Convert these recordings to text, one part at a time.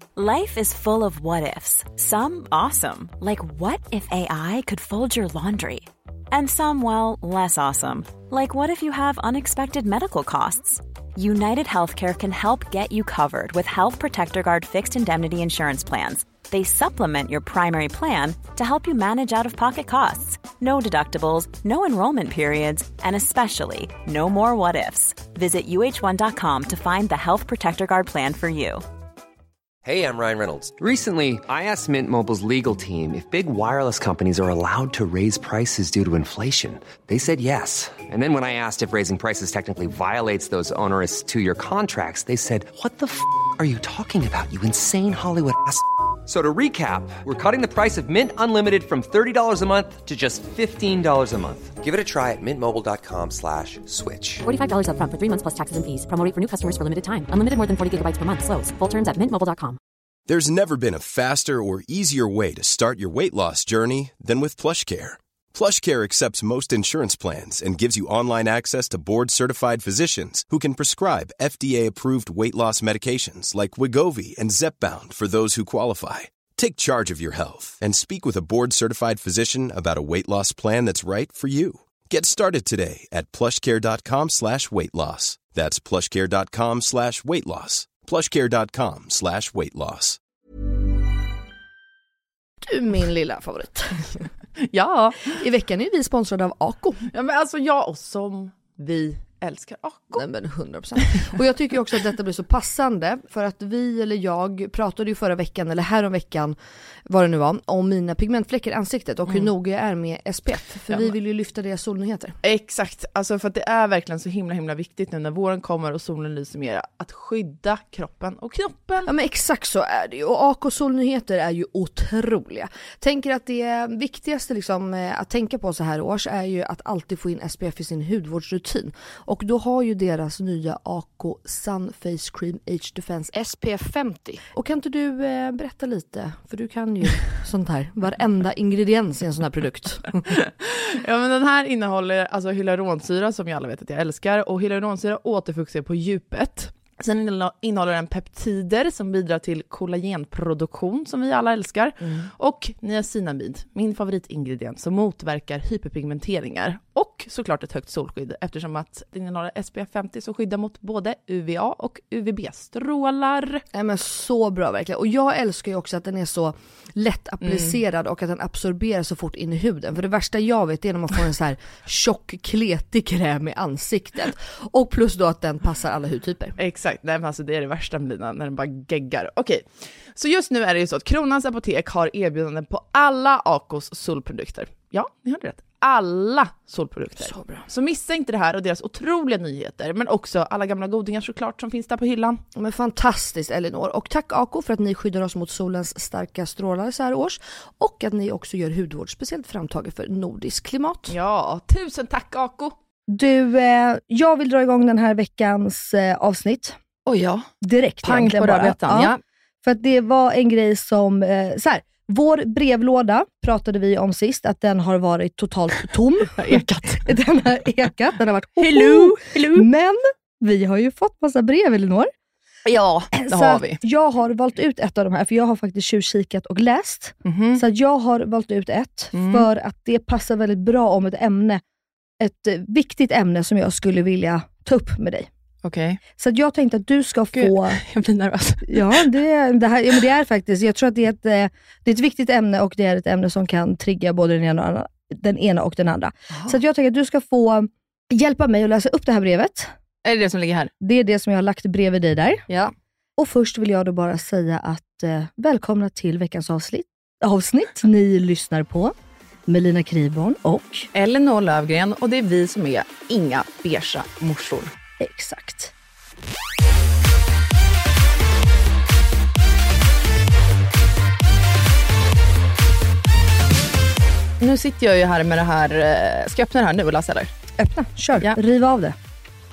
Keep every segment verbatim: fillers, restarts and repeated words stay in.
Life is full of what-ifs. Some awesome, like what if A I could fold your laundry? And some, well, less awesome, like what if you have unexpected medical costs? United Healthcare can help get you covered with Health Protector Guard fixed indemnity insurance plans. They supplement your primary plan to help you manage out-of-pocket costs. No deductibles, no enrollment periods, and especially no more what-ifs. Visit U H one dot com to find the Health Protector Guard plan for you. Hey, I'm Ryan Reynolds. Recently, I asked Mint Mobile's legal team if big wireless companies are allowed to raise prices due to inflation. They said yes. And then when I asked if raising prices technically violates those onerous two-year contracts, they said, what the f*** are you talking about, you insane Hollywood ass f- So to recap, we're cutting the price of Mint Unlimited from thirty dollars a month to just fifteen dollars a month. Give it a try at mintmobile.com slash switch. forty-five dollars up front for three months plus taxes and fees. Promo rate for new customers for limited time. Unlimited more than forty gigabytes per month. Slows full terms at mint mobile dot com. There's never been a faster or easier way to start your weight loss journey than with PlushCare. PlushCare accepts most insurance plans and gives you online access to board-certified physicians who can prescribe F D A-approved weight loss medications like Wegovy and Zepbound for those who qualify. Take charge of your health and speak with a board-certified physician about a weight loss plan that's right for you. Get started today at plushcare.com slash weight loss. That's plushcare.com slash weight loss. plushcare.com slash weight loss. Du, min lilla favorit. Ja. I veckan är vi sponsrade av Ako. Ja, men alltså jag och som vi älskar Ako. Nej, men hundra procent. Och jag tycker också att detta blir så passande för att vi eller jag pratade ju förra veckan eller här om veckan vad det nu var om mina pigmentfläckar i ansiktet och hur mm. noga jag är med S P F för ja, vi vill ju lyfta deras solnyheter. Exakt, alltså för att det är verkligen så himla himla viktigt nu när våren kommer och solen lyser mer att skydda kroppen och knoppen. Ja, men exakt så är det ju. Och Ako solnyheter är ju otroliga. Tänker att det viktigaste liksom att tänka på så här års är ju att alltid få in S P F i sin hudvårdsrutin. Och då har ju deras nya Ako Sun Face Cream Age Defense S P F femtio. Och kan inte du eh, berätta lite? För du kan ju sånt här. Varenda ingrediens i en sån här produkt. Ja, men den här innehåller alltså hyaluronsyra som jag alla vet att jag älskar. Och hyaluronsyra återfuktar på djupet. Sen innehåller den peptider som bidrar till kollagenproduktion som vi alla älskar. Mm. Och niacinamid, min favoritingrediens som motverkar hyperpigmenteringar. Och såklart ett högt solskydd eftersom att den innehåller S P F femtio som skyddar mot både U V A och U V B-strålar. Ja, men så bra verkligen. Och jag älskar ju också att den är så lätt applicerad mm. och att den absorberar så fort in i huden. För det värsta jag vet är när man får en så här tjock, kletig kräm i ansiktet. Och plus då att den passar alla hudtyper. Exakt, nej, men alltså det är det värsta med Lina, när den bara geggar. Okej, så just nu är det ju så att Kronans Apotek har erbjudanden på alla Akos solprodukter. Ja, ni hörde rätt. Alla solprodukter. Så bra. Så missa inte det här och deras otroliga nyheter. Men också alla gamla godingar såklart som finns där på hyllan. Men fantastiskt, Elinor. Och tack Ako för att ni skyddar oss mot solens starka strålar så här års. Och att ni också gör hudvård speciellt framtaget för nordisk klimat. Ja, tusen tack Ako. Du, eh, jag vill dra igång den här veckans eh, avsnitt. Oj ja. Direkt. Pang på rödbetan, ja. För att det var en grej som, eh, så här. Vår brevlåda pratade vi om sist att den har varit totalt tom. Ekat. Den har ekat, den har varit hello, hello. Men vi har ju fått massa brev, Elinor. Ja, det så har vi. Jag har valt ut ett av de här för jag har faktiskt tjuvkikat och läst. Mm-hmm. Så att jag har valt ut ett mm. för att det passar väldigt bra om ett ämne, ett viktigt ämne som jag skulle vilja ta upp med dig. Okej. Okay. Så att jag tänkte att du ska Gud, få... Jag blir nervös. Ja, det, det, här, ja, men det är faktiskt... Jag tror att det är, ett, det är ett viktigt ämne och det är ett ämne som kan trigga både den ena och den andra, den ena och den andra. Aha. Så att jag tänker att du ska få hjälpa mig att läsa upp det här brevet. Är det det som ligger här? Det är det som jag har lagt bredvid dig där. Ja. Och först vill jag då bara säga att eh, välkomna till veckans avsnitt. avsnitt. Ni lyssnar på Melina Kriborn och Elinor Lövgren och det är vi som är inga beiga morsor. Exakt. Nu sitter jag ju här med det här. Ska jag öppna det här nu och läsa eller? Öppna, kör. Ja. Riv av det.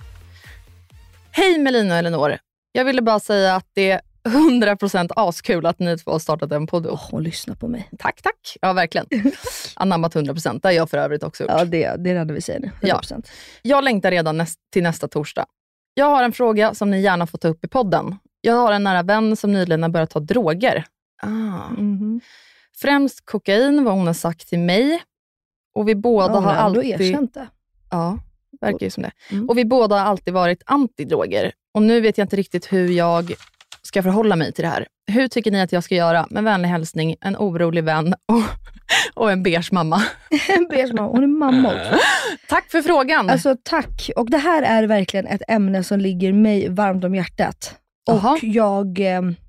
Hej Melina och Elinor. Jag ville bara säga att det är hundra procent askul att ni två har startat en podd. Åh, oh, lyssna på mig. Tack, tack. Ja, verkligen. Anammat hundra procent. Det har jag för övrigt också gjort. Ja, det, det är det vi säger nu. hundra procent. Ja. Jag längtar redan näst, till nästa torsdag. Jag har en fråga som ni gärna får ta upp i podden. Jag har en nära vän som nyligen har börjat ta droger. Ah. Mm-hmm. Främst kokain, vad hon har sagt till mig. Och vi båda ja, har alltid... erkänt det. Ja, verkar ju som det. Mm. Och vi båda har alltid varit antidroger. Och nu vet jag inte riktigt hur jag ska förhålla mig till det här. Hur tycker ni att jag ska göra? Med vänlig hälsning, en orolig vän och, och en beige mamma. En beige mamma, hon är mamma också. Tack för frågan. Alltså tack. Och det här är verkligen ett ämne som ligger mig varmt om hjärtat. Aha. Och jag,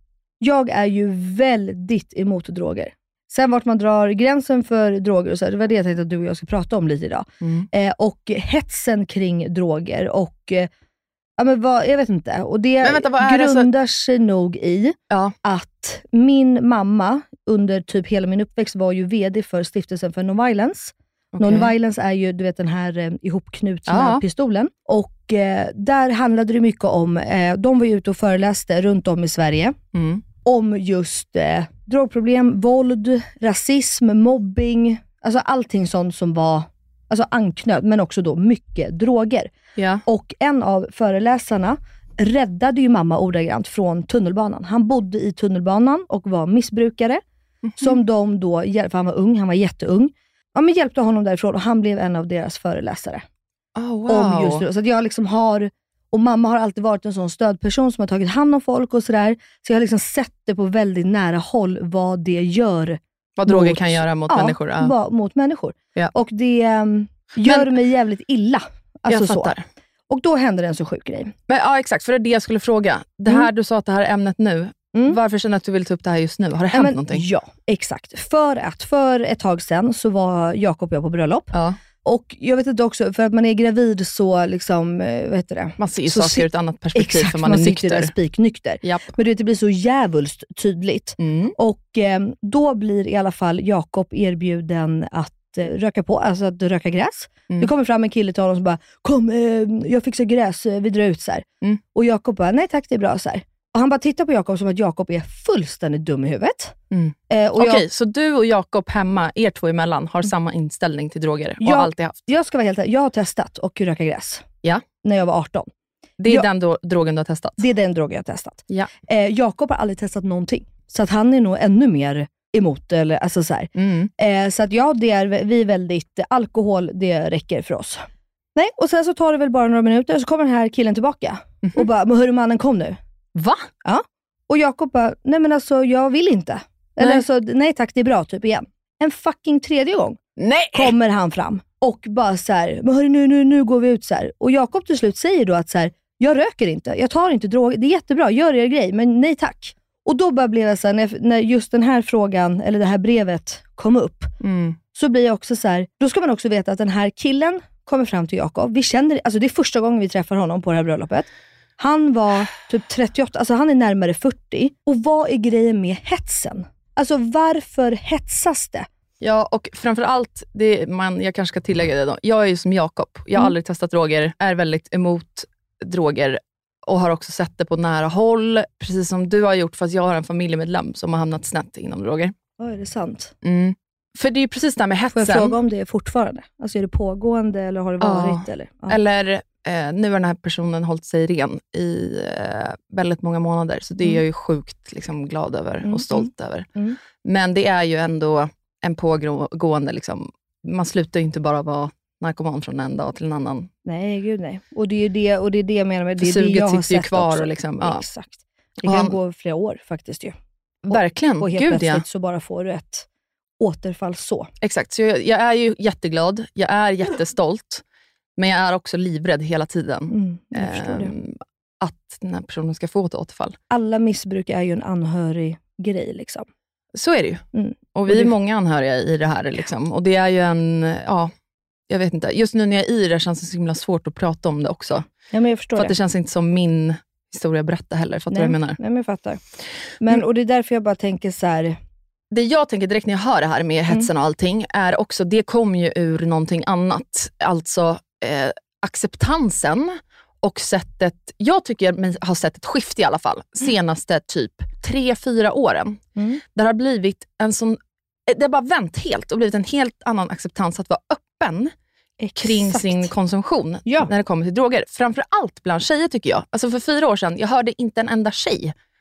jag är ju väldigt emot droger. Sen vart man drar gränsen för droger och så, det var det jag tänkte att du och jag ska prata om lite idag. Mm. Eh, och hetsen kring droger och eh, ja men vad, jag vet inte. Och det men vänta, vad är grundar det så... sig nog i ja. att min mamma under typ hela min uppväxt var ju vd för stiftelsen för Non-Violence. Okay. Non-Violence är ju, du vet, den här eh, ihopknutna ja. pistolen. Och eh, där handlade det mycket om, eh, de var ju ute och föreläste runt om i Sverige. Mm. Om just eh, drogproblem, våld, rasism, mobbing. Alltså allting sånt som var alltså anknöt, men också då mycket droger. Ja. Och en av föreläsarna räddade ju mamma ordagrant från tunnelbanan. Han bodde i tunnelbanan och var missbrukare. Mm-hmm. Som de då, för han var ung, han var jätteung. Ja, men hjälpte honom därifrån och han blev en av deras föreläsare. Oh, wow. Om just det. Så att jag liksom har, och mamma har alltid varit en sån stödperson som har tagit hand om folk och sådär. Så jag har liksom sett det på väldigt nära håll vad det gör. Vad droger kan göra mot ja, människor. Ja, va, mot människor. Ja. Och det um, gör men, mig jävligt illa. Alltså jag fattar. Så. Och då händer en så sjuk grej. Men, ja, exakt. För det är det jag skulle fråga. Det här mm. du sa att det här ämnet nu. Mm. Varför känner du att du vill ta upp det här just nu? Har det hänt ja, men, någonting? Ja, exakt. För att för ett tag sedan så var Jakob och jag på bröllop. Ja. Och jag vet inte också, för att man är gravid så liksom, vad heter det? Man ser ju så saker ur ett annat perspektiv exakt, för man, man är nykter. Exakt, man spiknykter. Japp. Men du vet, det blir så jävulst tydligt. Mm. Och eh, då blir i alla fall Jakob erbjuden att eh, röka på, alltså att röka gräs. Mm. Det kommer fram en kille till honom som bara, kom, eh, jag fixar gräs, vi drar ut så här. Mm. Och Jakob bara, nej tack, det är bra så här. Och han bara tittar på Jakob som att Jakob är fullständigt dum i huvudet. Mm. Eh, Okej, okay, jag... så du och Jakob hemma, er två emellan, har samma inställning till droger? Och jag, alltid haft? Jag ska vara helt ärlig, jag har testat och röka gräs. Ja. När jag var arton. Det är jag, den då, drogen du har testat? Det är den drogen jag har testat. Ja. Eh, Jakob har aldrig testat någonting. Så att han är nog ännu mer emot. Eller, alltså så här. Mm. Eh, så att ja, det är, vi är väldigt, alkohol, det räcker för oss. Nej, och sen så tar det väl bara några minuter och så kommer den här killen tillbaka. Mm-hmm. Och bara, men hörru mannen, kom nu. Va? Ja. Och Jakob bara, nej men alltså jag vill inte. Eller nej. Alltså, nej tack, det är bra, typ igen. En fucking tredje gång nej. kommer han fram. Och bara så här, men hörru, nu, nu, nu går vi ut så här. Och Jakob till slut säger då att så här, jag röker inte, jag tar inte droger. Det är jättebra, gör er grej, men nej tack. Och då bara blev jag så här, när, när just den här frågan, eller det här brevet kom upp. Mm. Så blir jag också så här, då ska man också veta att den här killen kommer fram till Jakob. Vi känner, alltså det är första gången vi träffar honom på det här bröllopet. Han var typ trettioåtta, alltså han är närmare fyrtio. Och vad är grejen med hetsen? Alltså varför hetsas det? Ja, och framförallt, det, man, jag kanske ska tillägga det då. Jag är ju som Jakob. Jag har mm. aldrig testat droger, är väldigt emot droger och har också sett det på nära håll. Precis som du har gjort, fast jag har en familjemedlem som har hamnat snett inom droger. Ja, är det sant? Mm. För det är ju precis det här med hetsen. Får jag fråga om det är fortfarande? Alltså är det pågående eller har det varit? Ja. Eller, ja. eller eh, nu har den här personen hållit sig ren i eh, väldigt många månader. Så det är mm. jag ju sjukt liksom, glad över mm. och stolt mm. över. Mm. Men det är ju ändå en pågående, liksom, man slutar ju inte bara vara narkoman från en dag till en annan. Nej, gud nej. Och det är det, och det är det jag menar med det. För är det jag har sitter ju sett kvar också. Och liksom, ja. Exakt. Det kan han, gå flera år faktiskt ju. Verkligen, och, och helt gud plötsligt ja. så bara får du ett återfall så. Exakt, så jag, jag är ju jätteglad, jag är jättestolt, men jag är också livrädd hela tiden. Mm, jag förstår eh, det. Att den här personen ska få ett återfall. Alla missbruk är ju en anhörig grej liksom. Så är det ju. Mm. Och vi och det... är många anhöriga i det här liksom. Och det är ju en, ja, jag vet inte. Just nu när jag är i det känns det så himla svårt att prata om det också. Ja, men jag förstår För det. att det känns inte som min historia att berätta heller. Fattar du vad jag menar? Nej, men jag fattar. Men, och det är därför jag bara tänker så här. Det jag tänker direkt när jag hör det här med hetsen och allting är också, det kom ju ur någonting annat. Alltså eh, acceptansen och sättet, jag tycker jag har sett ett skift i alla fall, senaste typ tre, fyra åren. Mm. Där har blivit en sån, det har bara vänt helt och blivit en helt annan acceptans att vara öppen Exakt. Kring sin konsumtion ja. när det kommer till droger. Framförallt bland tjejer tycker jag. Alltså för fyra år sedan, jag hörde inte en enda tjej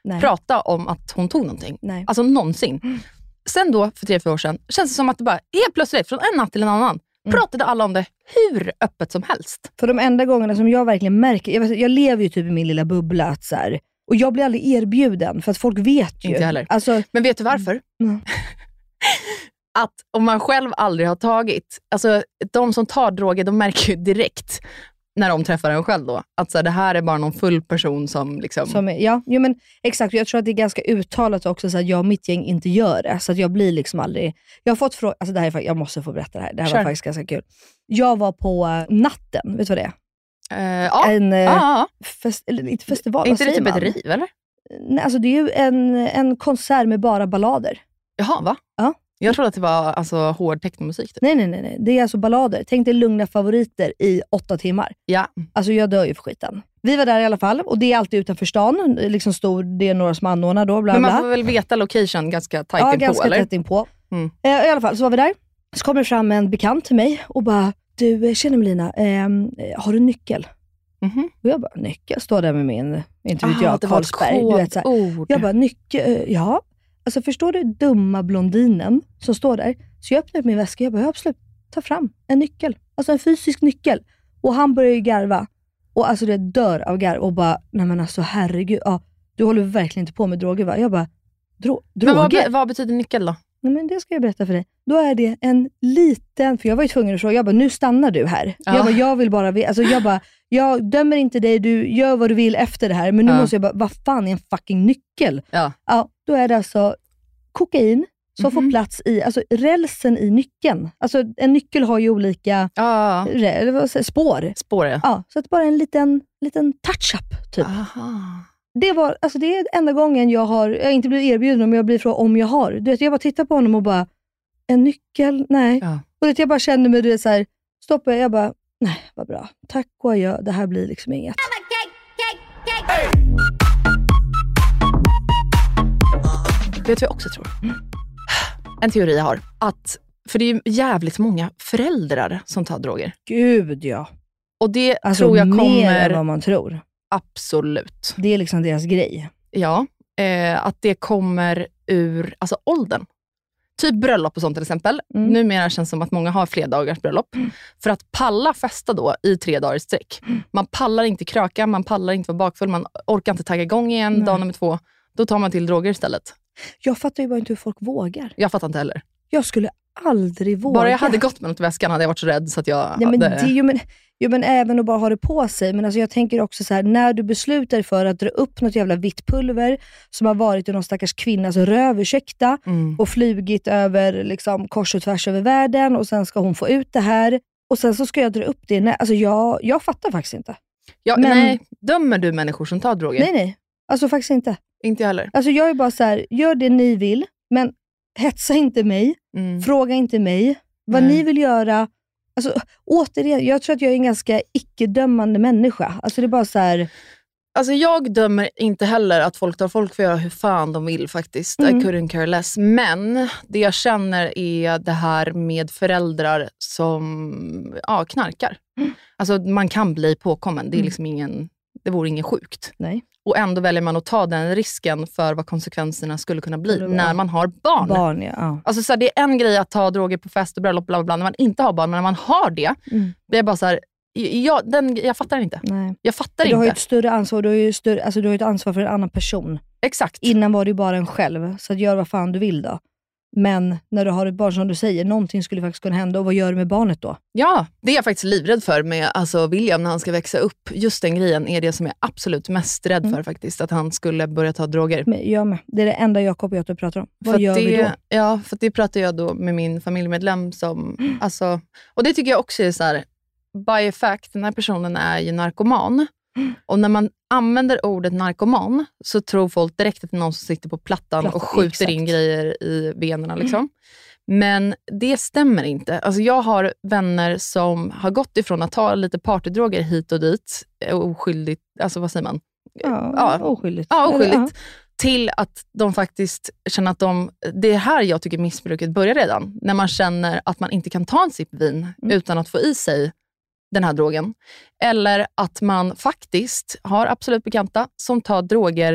Nej. prata om att hon tog någonting. Nej. Alltså någonsin. Mm. Sen då, för tre, fyra år sedan, känns det som att det bara helt plötsligt, från en natt till en annan, Mm. pratade alla om det hur öppet som helst. För de enda gångerna som jag verkligen märker, jag, vet, jag lever ju typ i min lilla bubbla att så här, och jag blir aldrig erbjuden för att folk vet ju. Inte heller. Alltså, Men vet du varför? Mm. Att om man själv aldrig har tagit, alltså de som tar droger, de märker ju direkt när de träffar en själv då, att så här, det här är bara någon full person som liksom... som är, ja, jo, men exakt. Jag tror att det är ganska uttalat också så att jag och mitt gäng inte gör det. Så att jag blir liksom aldrig... Jag har fått fråga, alltså det här är, faktiskt- jag måste få berätta det här. Det här Kör. var faktiskt ganska kul. Jag var på uh, natten, vet du vad det är? Uh, ja, En, uh, ja, fest, eller inte festival, är inte vad det typ säger ett man? riv eller? Nej, alltså det är ju en, en konsert med bara ballader. Jaha, va? Ja. Jag trodde att det var alltså, hård technomusik. Typ. Nej, nej, nej, nej. Det är alltså ballader. Tänk dig lugna favoriter i åtta timmar. Ja. Alltså jag dör ju för skiten. Vi var där i alla fall, och det är alltid utanför stan. Liksom stor, det är några som anordnar då, bla Men bla. man får väl veta location ganska tajt Ja, inpå, ganska eller? tätt inpå. Mm. Eh, I alla fall, så var vi där. Så kommer det fram en bekant till mig och bara, du, tjena Melina, eh, har du nyckel? Mhm. Och jag bara, nyckel? Står där med min, inte vet Ah, jag, det var ett Carlsberg. Du vet, så här. kodord. Jag bara, nyckel, eh, ja. Alltså förstår du dumma blondinen som står där? Så jag öppnar upp min väska och jag bara, ja, absolut, ta fram en nyckel. Alltså en fysisk nyckel. Och han börjar ju garva. Och alltså det dör av garv och bara, nej men alltså herregud, ja, du håller verkligen inte på med droger, va? Jag bara, Dro- Men vad, droger? be- vad betyder nyckel då? Nej, men det ska jag berätta för dig. Då är det en liten, för jag var ju tvungen att fråga, jag bara, nu stannar du här. Ja. Jag bara, jag vill bara, ve- alltså jag bara, jag dömer inte dig, du gör vad du vill efter det här, men nu Ja. måste jag bara, vad fan är en fucking nyckel? Ja. Ja, då är det alltså kokain som Mhm. får plats i, alltså rälsen i nyckeln. Alltså en nyckel har ju olika Ah, rä- eller vad säger, spår. spår ja. Ja, så att det bara är en liten, liten touch-up typ. Aha. Det var, alltså det är enda gången jag har, jag har inte blivit erbjuden, men jag blir frågad om jag har. Du vet, jag bara tittar på honom och bara, en nyckel? Nej. Ja. Och du vet, jag bara kände mig, du vet, så här, stoppar jag, jag bara, nej, vad bra. Tack och adjö, det här blir liksom inget. Vet du vad jag också tror? En teori jag har. Att, för det är ju jävligt många föräldrar som tar droger. Gud ja. Och det Alltså tror jag mer kommer... än vad man tror. Absolut. Det är liksom deras grej. Ja, eh, att det kommer ur alltså åldern. Typ bröllop och sånt till exempel. Mm. Numera känns det som att många har fler dagars bröllop. Mm. För att palla festa då i tre dagar i sträck. Mm. Man pallar inte kröka, man pallar inte vara bakfull, man orkar inte tagga igång igen Nej. dag nummer två. Då tar man till droger istället. Jag fattar ju bara inte hur folk vågar. Jag fattar inte heller. Jag skulle aldrig våga. Bara jag hade gått med något i väskan hade jag varit så rädd så att jag Nej, men hade... det, jo, men, jo, men även att bara ha det på sig. Men alltså, jag tänker också så här, när du beslutar för att dra upp något jävla vitt pulver som har varit i någon stackars kvinnas röv, ursäkta, Mm. och flugit över liksom, kors och tvärs över världen, och sen ska hon få ut det här. Och sen så ska jag dra upp det. Nej, alltså, jag, jag fattar faktiskt inte. Ja, men- Nej, dömer du människor som tar droger? Nej, nej. Alltså faktiskt inte. Inte jag heller. Alltså jag är bara så här, gör det ni vill, men hetsa inte mig. Mm. Fråga inte mig vad Nej. ni vill göra. Alltså, återigen, jag tror att jag är en ganska icke-dömande människa. Alltså det är bara så här, Alltså jag dömer inte heller att folk tar folk får göra hur fan de vill faktiskt. Mm. I couldn't care less. Men det jag känner är det här med föräldrar som ja, knarkar. Mm. Alltså man kan bli påkommen. Det är Mm. liksom ingen, det vore ingen sjukt. nej, Och ändå väljer man att ta den risken för vad konsekvenserna skulle kunna bli Skulle vara. när man har barn. barn ja. ja. Alltså så här, det är en grej att ta droger på fest och bröllop bla bla bla, när man inte har barn, men när man har det, Mm. blir jag bara så här, jag, den, jag fattar inte. Nej. Jag fattar Du har ju inte. ett större ansvar, du har ju, större, alltså du har ju ett ansvar för en annan person. Exakt. Innan var det ju bara en själv, så att gör vad fan du vill då. Men när du har ett barn, som du säger, någonting skulle faktiskt kunna hända, och vad gör du med barnet då? Ja, det är jag faktiskt livrädd för med alltså William när han ska växa upp. Just den grejen är det som jag är absolut mest rädd Mm. för faktiskt. Att han skulle börja ta droger. Men jag med. Det är det enda Jakob och jag pratar om. Vad För gör det, vi då? Ja, för det pratar jag då med min familjemedlem som, Mm. alltså, och det tycker jag också är så här, by fact, den här personen är ju narkoman. Mm. Och när man använder ordet narkoman så tror folk direkt att det är någon som sitter på plattan Platt, och skjuter exakt. in grejer i benen liksom. Men det stämmer inte. Alltså jag har vänner som har gått ifrån att ta lite partydroger hit och dit, oskyldigt, alltså vad säger man? Ja, Ja. oskyldigt. Ja, Eller, oskyldigt. Till att de faktiskt känner att de... Det är här jag tycker missbruket börjar redan. När man känner att man inte kan ta en sipp vin Mm. utan att få i sig den här drogen. Eller att man faktiskt har absolut bekanta som tar droger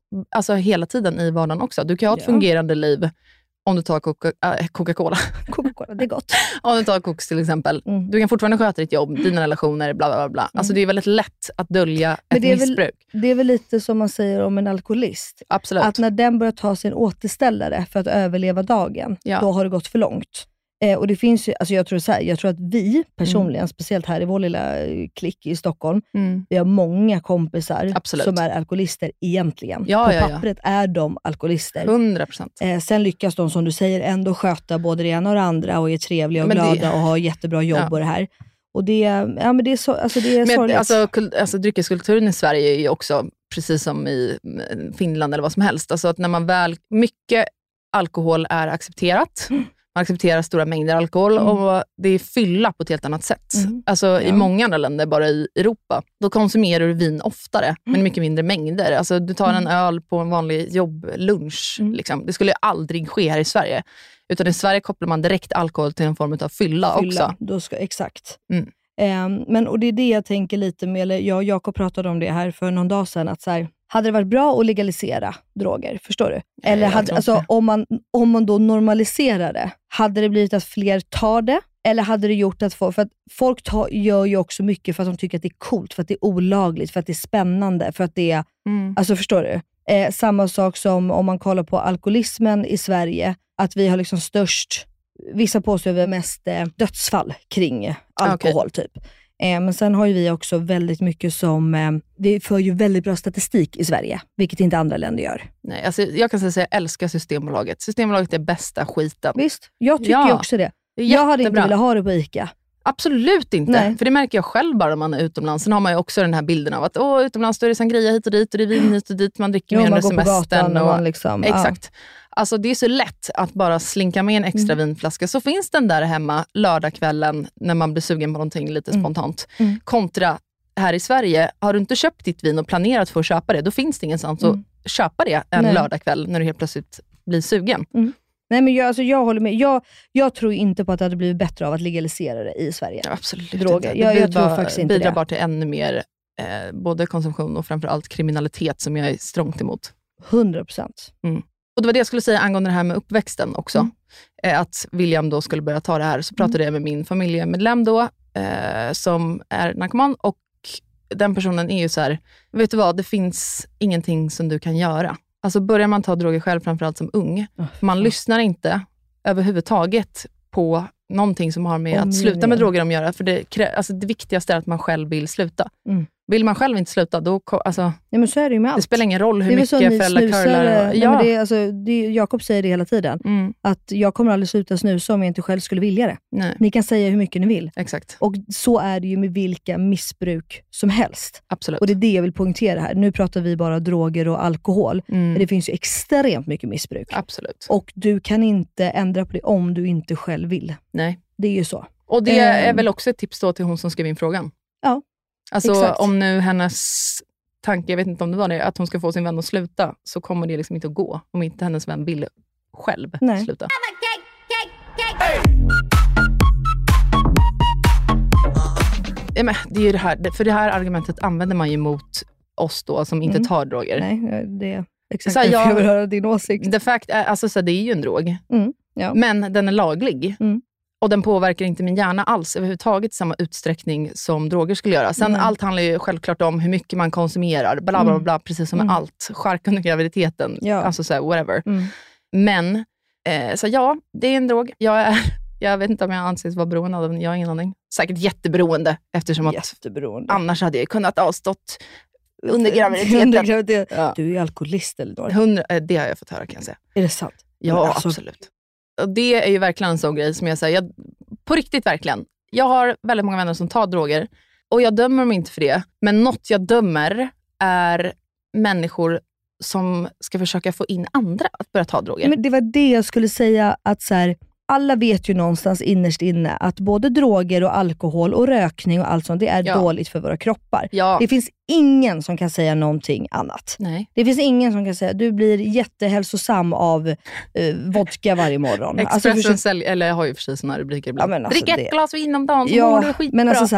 alltså hela tiden i vardagen också. Du kan ha ett Ja. fungerande liv om du tar Coca- äh, Coca-Cola. Coca-Cola, det är gott. Om du tar koks till exempel. Mm. Du kan fortfarande sköta ditt jobb, dina relationer, bla bla bla. Alltså det är väldigt lätt att dölja Men ett det är väl- missbruk. Det är väl lite som man säger om en alkoholist. Absolut. Att när den börjar ta sin återställare för att överleva dagen, Ja. då har det gått för långt. Eh, och det finns ju, alltså jag tror så här, jag tror att vi personligen, speciellt här i vår lilla eh, klick i Stockholm, Mm. vi har många kompisar Absolut. som är alkoholister egentligen. Ja, På ja, ja. pappret är de alkoholister. hundra procent. Eh, sen lyckas de, som du säger, ändå sköta både det ena och det andra och är trevliga och Men det- glada och har jättebra jobb Ja. och det här. Och det, ja, men det är, så, alltså det är Men sorgligt. alltså, kul- alltså dryckeskulturen i Sverige är ju också precis som i mm, Finland eller vad som helst. Alltså att när man väl, mycket alkohol är accepterat. Mm. Man accepterar stora mängder alkohol och det är fylla på ett helt annat sätt. Mm. Alltså i Ja. många andra länder, bara i Europa, då konsumerar du vin oftare, Mm. men mycket mindre mängder. Alltså du tar en öl på en vanlig jobblunch. Mm. Liksom. Det skulle aldrig ske här i Sverige. Utan i Sverige kopplar man direkt alkohol till en form av fylla, Fylla, också. Då ska, exakt. Mm. Ehm, men, och det är det jag tänker lite med, eller jag och Jakob pratade om det här för någon dag sedan, att så här, hade det varit bra att legalisera droger, förstår du? Eller jag hade, tror alltså, inte. om, man, om man då normaliserar det, hade det blivit att fler tar det? Eller hade det gjort att folk, för att folk tar, gör ju också mycket för att de tycker att det är coolt, för att det är olagligt, för att det är spännande, för att det är, Mm. alltså förstår du? Eh, samma sak som om man kollar på alkoholismen i Sverige, att vi har liksom störst, vissa påstår vi mest eh, dödsfall kring alkohol typ. Eh, men sen har ju vi också väldigt mycket som, eh, vi får ju väldigt bra statistik i Sverige, vilket inte andra länder gör. Nej, alltså, jag kan säga att jag älskar Systembolaget. Systembolaget är bästa skiten. Visst, jag tycker Ja, ju också det. Det är Jag hade inte jättebra. velat ha det på ICA. Absolut inte. Nej. För det märker jag själv bara när man är utomlands. Sen har man ju också den här bilden av att åh, utomlands då är det sangria hit och dit och det är vin hit och dit. Man dricker Jo, mer man under går på semestern. gatan och och, man liksom, ja. exakt. Alltså det är så lätt att bara slinka med en extra Mm. vinflaska. Så finns den där hemma lördagskvällen när man blir sugen på någonting lite Mm. spontant. Mm. Kontra här i Sverige, har du inte köpt ditt vin och planerat för att köpa det, då finns det ingenstans Mm. att köpa det en Nej. lördagkväll när du helt plötsligt blir sugen. Nej, men jag, alltså, jag håller med. Jag, jag tror inte på att det hade blivit bättre av att legalisera det i Sverige. Ja, absolut Droger. inte. Det Jag- jag bidrar, tror faktiskt inte bidrar det. bara till ännu mer eh, både konsumtion och framförallt kriminalitet som jag är strångt emot. hundra procent. Och det var det jag skulle säga angående det här med uppväxten också. Mm. Eh, att William då skulle börja ta det här. Så pratade jag med min familjemedlem då, eh, som är narkoman. Och den personen är ju så här, vet du vad, det finns ingenting som du kan göra. Alltså börjar man ta droger själv, framförallt som ung. Man lyssnar inte överhuvudtaget på någonting som har med att Omgivningen. sluta med droger att göra. För det, krä- alltså det viktigaste är att man själv vill sluta. Mm. Vill man själv inte sluta, då ko- alltså, Nej, men så är det ju med allt. det spelar ingen roll hur det är väl mycket så ni föräldrar snusare- curlar. Nej, Ja. men det är, alltså, det är, Jakob säger det hela tiden. Mm, Att jag kommer aldrig sluta snusa om jag inte själv skulle vilja det. nej, Ni kan säga hur mycket ni vill. exakt. Och så är det ju med vilka missbruk som helst. Absolut. Och det är det jag vill poängtera här. Nu pratar vi bara droger och alkohol. Mm, Men det finns ju extremt mycket missbruk. absolut. Och du kan inte ändra på det om du inte själv vill. Nej. Det är ju så. Och det är Ehm. väl också ett tips då till hon som skrev in frågan. Ja, Alltså exakt. om nu hennes tanke, jag vet inte om det var det, att hon ska få sin vän att sluta, så kommer det liksom inte att gå om inte hennes vän vill själv Nej. sluta. Ja, men det är ju det här, för det här argumentet använder man ju mot oss då som inte Mm. tar droger. Nej, det är exakt Så här, därför jag- jag vill höra din åsikt. The fact är, alltså, så här, det är ju en drog, Mm, ja. men den är laglig. Mm. Och den påverkar inte min hjärna alls överhuvudtaget i samma utsträckning som droger skulle göra. Sen Nej. allt handlar ju självklart om hur mycket man konsumerar. Bla bla Mm. bla, precis som Mm. allt. Chark under graviditeten. Ja. Alltså så här, whatever. Mm. Men, eh, så ja, det är en drog. Jag, är, jag vet inte om jag anses vara beroende av den. Jag har ingen aning. Säkert jätteberoende. Eftersom att Jätteberoende. annars hade jag kunnat avstått under graviditeten. Under graviditet. Ja. Du är ju alkoholist eller då? Hundra, eh, det har jag fått höra, kan jag säga. Är det sant? Ja, Men alltså- absolut. Och det är ju verkligen en sån grej som jag säger, jag, på riktigt verkligen. Jag har väldigt många vänner som tar droger och jag dömer dem inte för det. Men något jag dömer är människor som ska försöka få in andra att börja ta droger. Men det var det jag skulle säga, att så här, alla vet ju någonstans innerst inne att både droger och alkohol och rökning och allt sånt, det är Ja. dåligt för våra kroppar. Ja. Det finns ingen som kan säga någonting annat. Nej. Det finns ingen som kan säga du blir jättehälsosam av eh, vodka varje morgon. Expressen förstå- säljer, eller jag har ju för sig såna rubriker ibland. Ja, men alltså Drick ett det- glas vin om dagen så mår Ja, du skitbra. men alltså så här,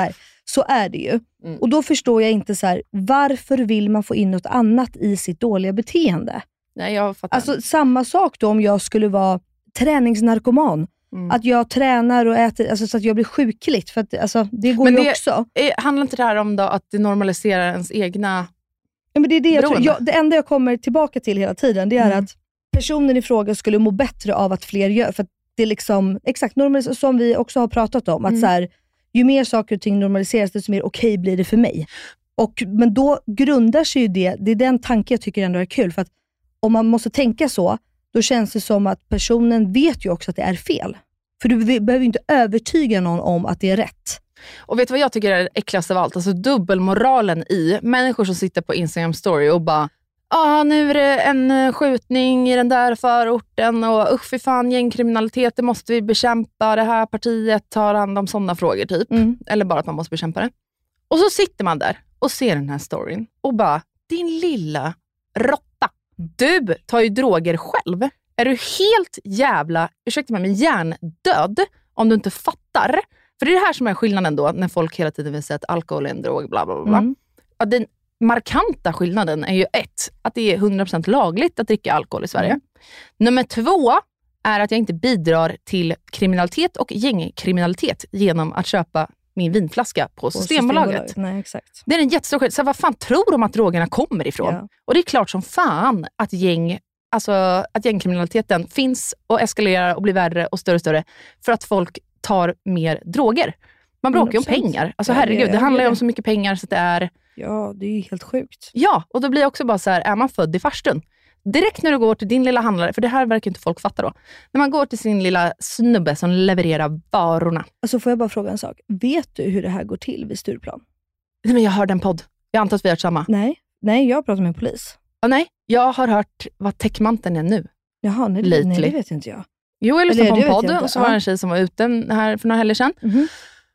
Så är det ju. Mm. Och då förstår jag inte så här, varför vill man få in något annat i sitt dåliga beteende? Nej, jag fattar. Alltså samma sak då om jag skulle vara träningsnarkoman. Mm. Att jag tränar och äter alltså, så att jag blir sjukligt. För att, alltså, det går men ju det, också. Är, handlar inte det här om då att det normaliserar ens egna ja, men det, är det, jag tror, beroende? jag, det enda jag kommer tillbaka till hela tiden, det är Mm. att personen i fråga skulle må bättre av att fler gör. För att det är liksom, exakt normaliseras, som vi också har pratat om. Att Mm. så här, ju mer saker och ting normaliseras, desto mer okej blir det för mig. Och, men då grundar sig ju det, det är den tanken jag tycker ändå är kul. För att om man måste tänka så, då känns det som att personen vet ju också att det är fel. För du behöver ju inte övertyga någon om att det är rätt. Och vet du vad jag tycker är det äckligaste av allt? Alltså dubbelmoralen i människor som sitter på Instagram story och bara ah, nu är det en skjutning i den där förorten och usch fy fan, gängkriminalitet, det måste vi bekämpa. Det här partiet tar hand om sådana frågor typ. Mm. Eller bara att man måste bekämpa det. Och så sitter man där och ser den här storyn och bara, din lilla råtta. Du tar ju droger själv. Är du helt jävla, ursäkta mig, men hjärndöd om du inte fattar? För det är det här som är skillnaden då när folk hela tiden vill säga att alkohol är en drog, bla bla bla. Mm. Ja, den markanta skillnaden är ju ett, att det är hundra procent lagligt att dricka alkohol i Sverige. Mm. Nummer två är att jag inte bidrar till kriminalitet och gängkriminalitet genom att köpa min vinflaska på, på Systembolaget. Systembolaget. Nej, exakt. Det är en jättestor skillnad. Så vad fan tror de att drogerna kommer ifrån? Ja. Och det är klart som fan att gäng, alltså att gängkriminaliteten finns och eskalerar och blir värre och större och större för att folk tar mer droger. Man bråkar ju om pengar. Alltså herregud, det handlar ju om så mycket pengar så att det är... Ja, det är ju helt sjukt. Ja, och då blir det också bara så här, är man född i farstun? Direkt när du går till din lilla handlare, för det här verkar inte folk fatta då. När man går till sin lilla snubbe som levererar varorna. Alltså får jag bara fråga en sak. Vet du hur det här går till vid Stureplan? Nej, men jag hörde en podd. Jag antar att vi har hört samma. Nej, nej jag pratar med en polis. Ja, nej, jag har hört vad täckmanteln är nu. Jaha, nej, nej, nej det vet inte jag. Jo, jag lyssnade Eller, på en podd och så var det en tjej som var ute här för några helger sedan. Mm-hmm.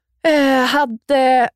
Eh, hade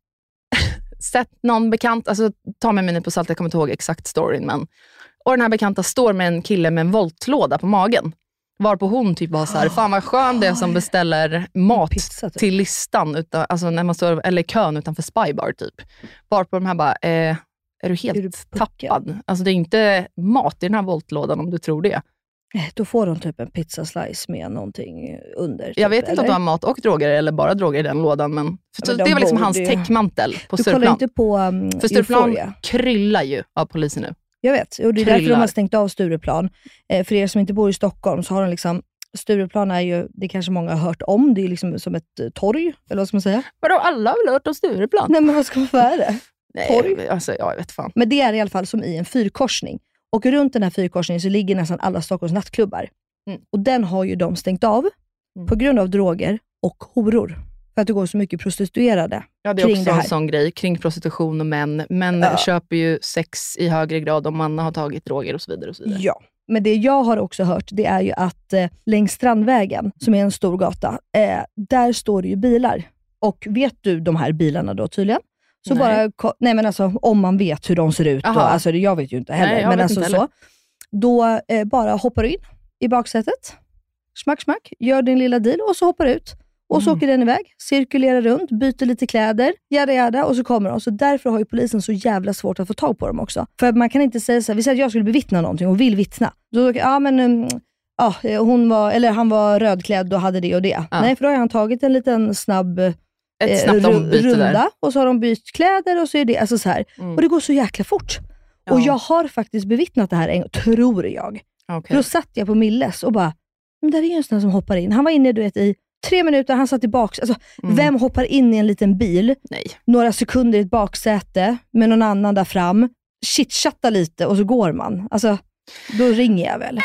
sett någon bekant, alltså ta med mig på salt, jag kommer inte ihåg exakt storyn, men och den här bekanta står med en kille med en voltlåda på magen. Varpå hon typ var så här, fan vad skön det är som beställer mat pizza, typ. Till listan, utan, alltså när man står, eller kön utanför Spybar typ. Varpå de här bara, eh, är du helt är du tappad? Alltså det är inte mat i den här voltlådan om du tror det. Då får de typ en pizzaslice med någonting under. Typ, jag vet inte eller? om det var mat och droger eller bara droger i den lådan. Men, för men det var liksom hans ju... täckmantel på du Stureplan. Du kollar inte på um, för Stureplan kryllar ju av polisen nu. Jag vet, och det är kryllar. Därför de har stängt av Stureplan. Eh, för er som inte bor i Stockholm så har de liksom, Stureplan är ju, det kanske många har hört om, det är liksom som ett uh, torg, eller vad ska man säga? Vadå, alla har väl hört om Stureplan? Nej men vad ska man vara det? Nej, torg? Alltså, ja, jag vet fan. Men det är i alla fall som i en fyrkorsning. Och runt den här fyrkorsningen så ligger nästan alla Stockholms nattklubbar. Mm. Och den har ju de stängt av mm. på grund av droger och horor. För att det går så mycket prostituerade. Ja, det är också det en sån grej kring prostitution och män. Män ja. köper ju sex i högre grad om man har tagit droger och så vidare och så vidare. Ja, men det jag har också hört det är ju att eh, längs Strandvägen, som är en stor gata, eh, där står det ju bilar. Och vet du de här bilarna då tydligen? Så nej. bara, nej men alltså om man vet hur de ser ut. Och, alltså jag vet ju inte heller. Nej, men vet alltså inte så. heller. Då eh, bara hoppar du in i baksätet. Smack, smack. Gör din lilla deal och så hoppar du ut. Och så mm. åker den iväg, cirkulerar runt, byter lite kläder, jada jada, och så kommer de. Så därför har ju polisen så jävla svårt att få tag på dem också. För att man kan inte säga så här, vi säger att jag skulle bevittna någonting och vill vittna. Då, ja men, um, ja, hon var, eller han var rödklädd och hade det och det. Ja. Nej, för då har han tagit en liten snabb Ett snabbt eh, runda där. Och så har de bytt kläder och så är det, alltså så här. Mm. Och det går så jäkla fort. Ja. Och jag har faktiskt bevittnat det här en gång, tror jag. Okay. Då satt jag på Milles och bara, men där är ju en sån som hoppar in. Han var inne, du vet, i tre minuter, han satt i bak. Alltså, mm. vem hoppar in i en liten bil? Nej. Några sekunder i ett baksäte med någon annan där fram. Chitchatta lite och så går man. Alltså, då ringer jag väl.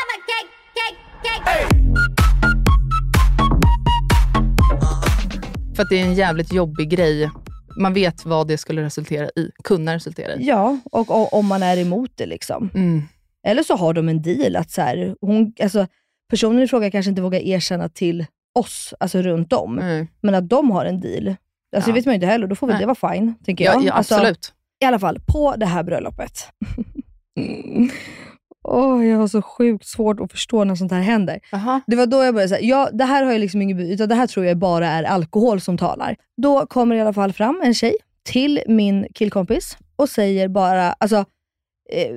För att det är en jävligt jobbig grej. Man vet vad det skulle resultera i. Kunna resultera i. Ja, och, och om man är emot det liksom. Mm. Eller så har de en deal att så här, hon, alltså, personen i fråga kanske inte vågar erkänna till oss, alltså runt om. Mm. Men att de har en deal. Alltså ja. Det vet man ju inte heller. Då får väl det vara fine, tänker jag. Ja, ja absolut. Alltså, i alla fall, på det här bröllopet. mm. oh, jag har så sjukt svårt att förstå när sånt här händer. Aha. Det var då jag började säga, ja, det här har jag liksom inget, utan det här tror jag bara är alkohol som talar. Då kommer i alla fall fram en tjej till min killkompis och säger bara, alltså, eh,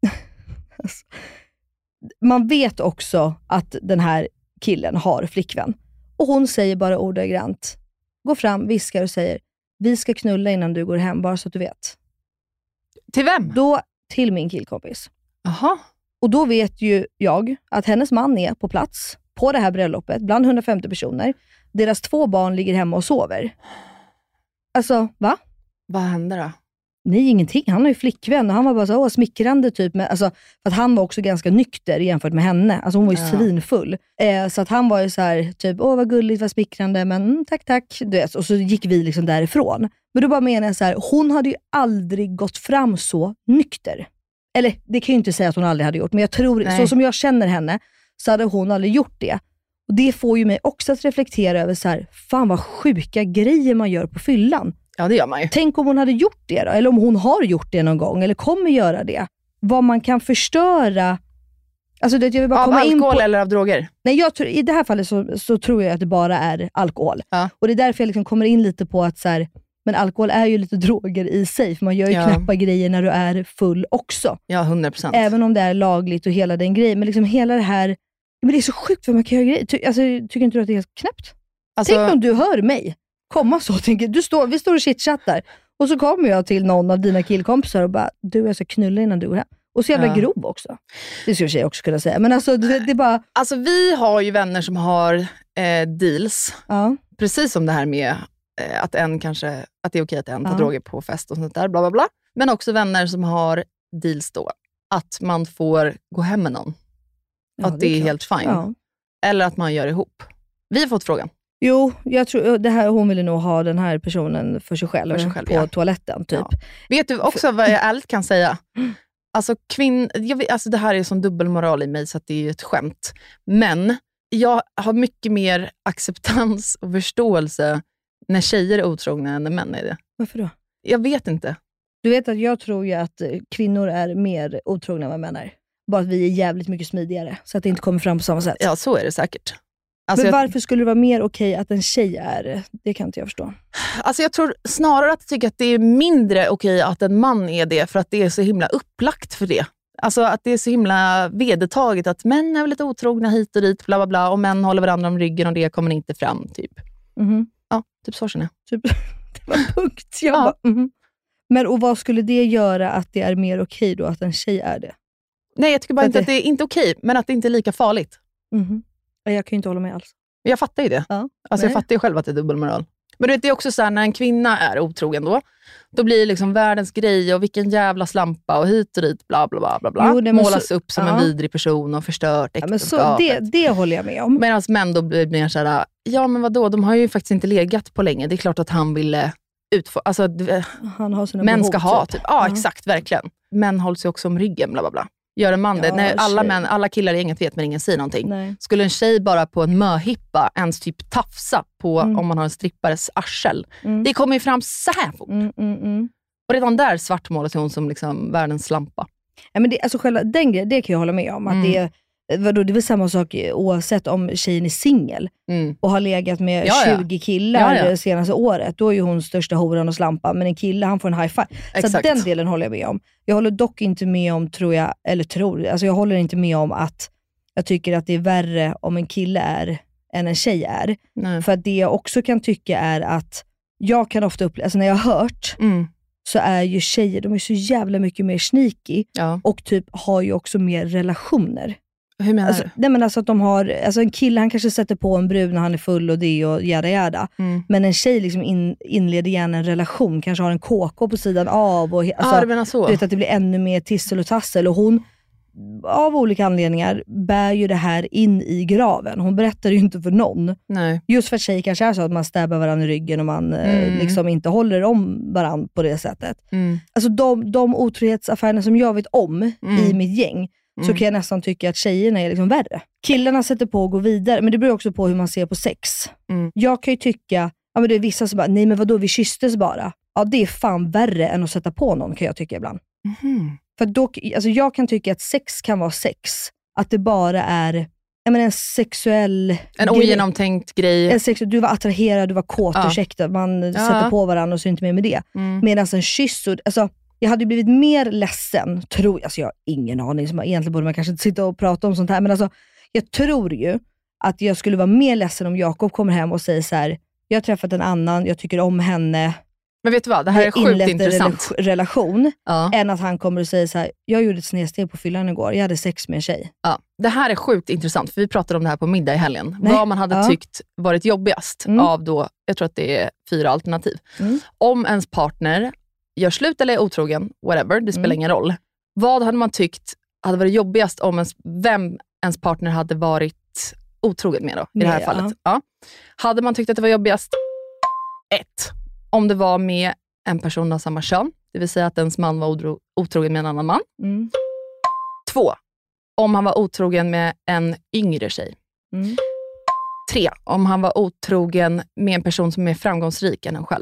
alltså man vet också att den här killen har flickvän. Och hon säger bara ordagrant, går fram, viskar och säger, vi ska knulla innan du går hem, bara så att du vet. Till vem? Då till min killkompis. Jaha. Och då vet ju jag att hennes man är på plats på det här bröllopet, bland hundrafemtio personer. Deras två barn ligger hemma och sover. Alltså, va? Vad hände då? Nej, ingenting. Han har ju flickvän och han var bara så åh, smickrande typ. Med, alltså, för att han var också ganska nykter jämfört med henne. Alltså hon var ju ja. svinfull. Eh, så att han var ju så här typ, åh vad gulligt, vad smickrande, men mm, tack, tack. Du vet, och så gick vi liksom därifrån. Men då bara menar jag så här, hon hade ju aldrig gått fram så nykter. Eller, det kan ju inte säga att hon aldrig hade gjort, men jag tror, Nej. så som jag känner henne, så hade hon aldrig gjort det. Och det får ju mig också att reflektera över så här, fan vad sjuka grejer man gör på fyllan. Ja, det gör man ju. Tänk om hon hade gjort det då, eller om hon har gjort det någon gång, eller kommer göra det. Vad man kan förstöra. Alltså, det, jag vill bara av komma alkohol in på, eller av droger? Nej, jag tror, i det här fallet så, så tror jag att det bara är alkohol. Ja. Och det är därför jag liksom kommer in lite på att så här, men alkohol är ju lite droger i sig, för man gör ju ja. knäppa grejer när du är full också. Ja, hundra procent. Även om det är lagligt och hela den grejen. Men liksom hela det här, men det är så sjukt för man kan göra grejer. Ty, alltså, tycker inte du att det är helt knäppt? Alltså, tänk om du hör mig komma så, tänker du står, vi står och chitchattar och så kommer jag till någon av dina killkompisar och bara, du jag ska knulla innan du går hem. Och så jävla ja. grov också. Det skulle jag också kunna säga. Men alltså, det, det är bara... Alltså vi har ju vänner som har eh, deals. Ja. Precis som det här med eh, att en kanske, att det är okej att en tar ja. droger på fest och sånt där, bla bla bla. Men också vänner som har deals då. Att man får gå hem med någon. Ja, att det är, det är klart. helt fine. Ja. Eller att man gör ihop. Vi har fått frågan. Jo, jag tror det här, hon ville nog ha den här personen för sig själv, för sig själv på ja. toaletten typ. Ja. Vet du också vad jag ärligt kan säga? Alltså, kvinn, jag vet, alltså det här är sån dubbelmoral i mig så att det är ju ett skämt. Men jag har mycket mer acceptans och förståelse när tjejer är otrogna än när män är det. Varför då? Jag vet inte. Du vet att jag tror ju att kvinnor är mer otrogna än vad män är. Bara att vi är jävligt mycket smidigare. Så att det inte kommer fram på samma sätt. Ja, så är det säkert. Alltså men jag, varför skulle det vara mer okej att en tjej är det? Det kan inte jag förstå. Alltså jag tror snarare att jag tycker att det är mindre okej att en man är det. För att det är så himla upplagt för det. Alltså att det är så himla vedertaget att män är lite otrogna hit och dit, bla bla bla. Och män håller varandra om ryggen och det kommer inte fram, typ. Mm-hmm. Ja, typ så känner jag. Typ, det var punkt. Jag ja. bara, mm-hmm. Men och vad skulle det göra att det är mer okej då att en tjej är det? Nej, jag tycker bara att inte det... att det är inte okej, men att det inte är lika farligt. Mm-hmm. Jag kan ju inte hålla med alls. Jag fattar ju det. Ja, alltså jag fattar ju själv att det är dubbelmoral. Men du vet, det är också så här, när en kvinna är otrogen då, då blir det liksom världens grej och vilken jävla slampa och hit och dit, bla bla bla bla. Jo, målas så, upp som ja. en vidrig person och förstört äktenskapet. Ja, men så, det, det håller jag med om. Medan män då blir mer så här, ja men vadå, de har ju faktiskt inte legat på länge. Det är klart att han ville utfå, alltså han har sina män behov, ska ha typ. Ja, ja, exakt, verkligen. Män hålls ju också om ryggen, bla bla bla. Gör en man det? Ja, när alla, män, alla killar i inget vet men ingen säger någonting. Nej. Skulle en tjej bara på en möhippa ens typ tafsa på mm. om man har en strippares arsel. Mm. Det kommer ju fram så här fort. Mm, mm, mm. Och redan där svartmålas hon som liksom världens slampa. Ja, men det, alltså själva den grejen, det kan jag hålla med om. Att mm. det, vadå, det är väl samma sak oavsett om tjejen är singel mm. och har legat med ja, ja. tjugo killar ja, ja. senaste året. Då är ju hon största horan och slampa. Men en kille, han får en high five. Exakt. Så den delen håller jag med om. Jag håller dock inte med om, tror jag, eller tror, alltså jag håller inte med om att jag tycker att det är värre om en kille är än en tjej är. Nej. För att det jag också kan tycka är att jag kan ofta uppleva, alltså när jag har hört mm. så är ju tjejer, de är så jävla mycket mer sneaky ja. och typ har ju också mer relationer. Hur menar alltså, du? Nej, men alltså att de har, alltså en kille han kanske sätter på en brud när han är full och det och jada jada. Mm. Men en tjej liksom in, inleder gärna en relation, kanske har en K K på sidan av och alltså, ah, det menar så. Du vet att det blir ännu mer tissel och tassel och hon av olika anledningar bär ju det här in i graven. Hon berättar ju inte för någon. Nej. Just för att tjejer kanske är så att man stäbar varandra i ryggen och man mm. eh, liksom inte håller om varandra på det sättet. Mm. Alltså de, de otrohetsaffärerna som jag vet om mm. i mitt gäng så mm. kan jag nästan tycka att tjejerna är liksom värre. Killarna sätter på och går vidare, men det beror också på hur man ser på sex. Mm. Jag kan ju tycka, ja men det är vissa som bara, nej men vadå, vi kysstes bara. Ja, det är fan värre än att sätta på någon, kan jag tycka ibland. Mm. För då, alltså jag kan tycka att sex kan vara sex. Att det bara är ja, men en sexuell... En ogenomtänkt grej. En sexuell, du var attraherad, du var kåt, Ja. ursäkta. Man Ja. sätter på varandra och så inte mer med det. Mm. Medan en kyss, och, alltså, jag hade ju blivit mer ledsen, tror, alltså jag har ingen aning, så man, egentligen borde man kanske inte sitta och prata om sånt här, men alltså, jag tror ju att jag skulle vara mer ledsen om Jakob kommer hem och säger så här: jag har träffat en annan, jag tycker om henne. Men vet du vad, det här är sjukt inlett en intressant. rela- relation, Ja. än att han kommer och säger så här: jag gjorde ett snedsteg på fyllan igår, jag hade sex med en tjej. Ja, det här är sjukt intressant, för vi pratade om det här på middag i helgen. Nej. Vad man hade Ja. tyckt varit jobbigast Mm. av då, jag tror att det är fyra alternativ. Mm. Om ens partner gör slut eller är otrogen, whatever, det spelar Mm. ingen roll. Vad hade man tyckt hade varit jobbigast om ens, vem ens partner hade varit otrogen med då, i det här Med, fallet? Ja. Hade man tyckt att det var jobbigast? Ett, om det var med en person av samma kön, det vill säga att ens man var otro- otrogen med en annan man. Mm. Två, om han var otrogen med en yngre tjej. Mm. Tre, om han var otrogen med en person som är framgångsrik än en själv.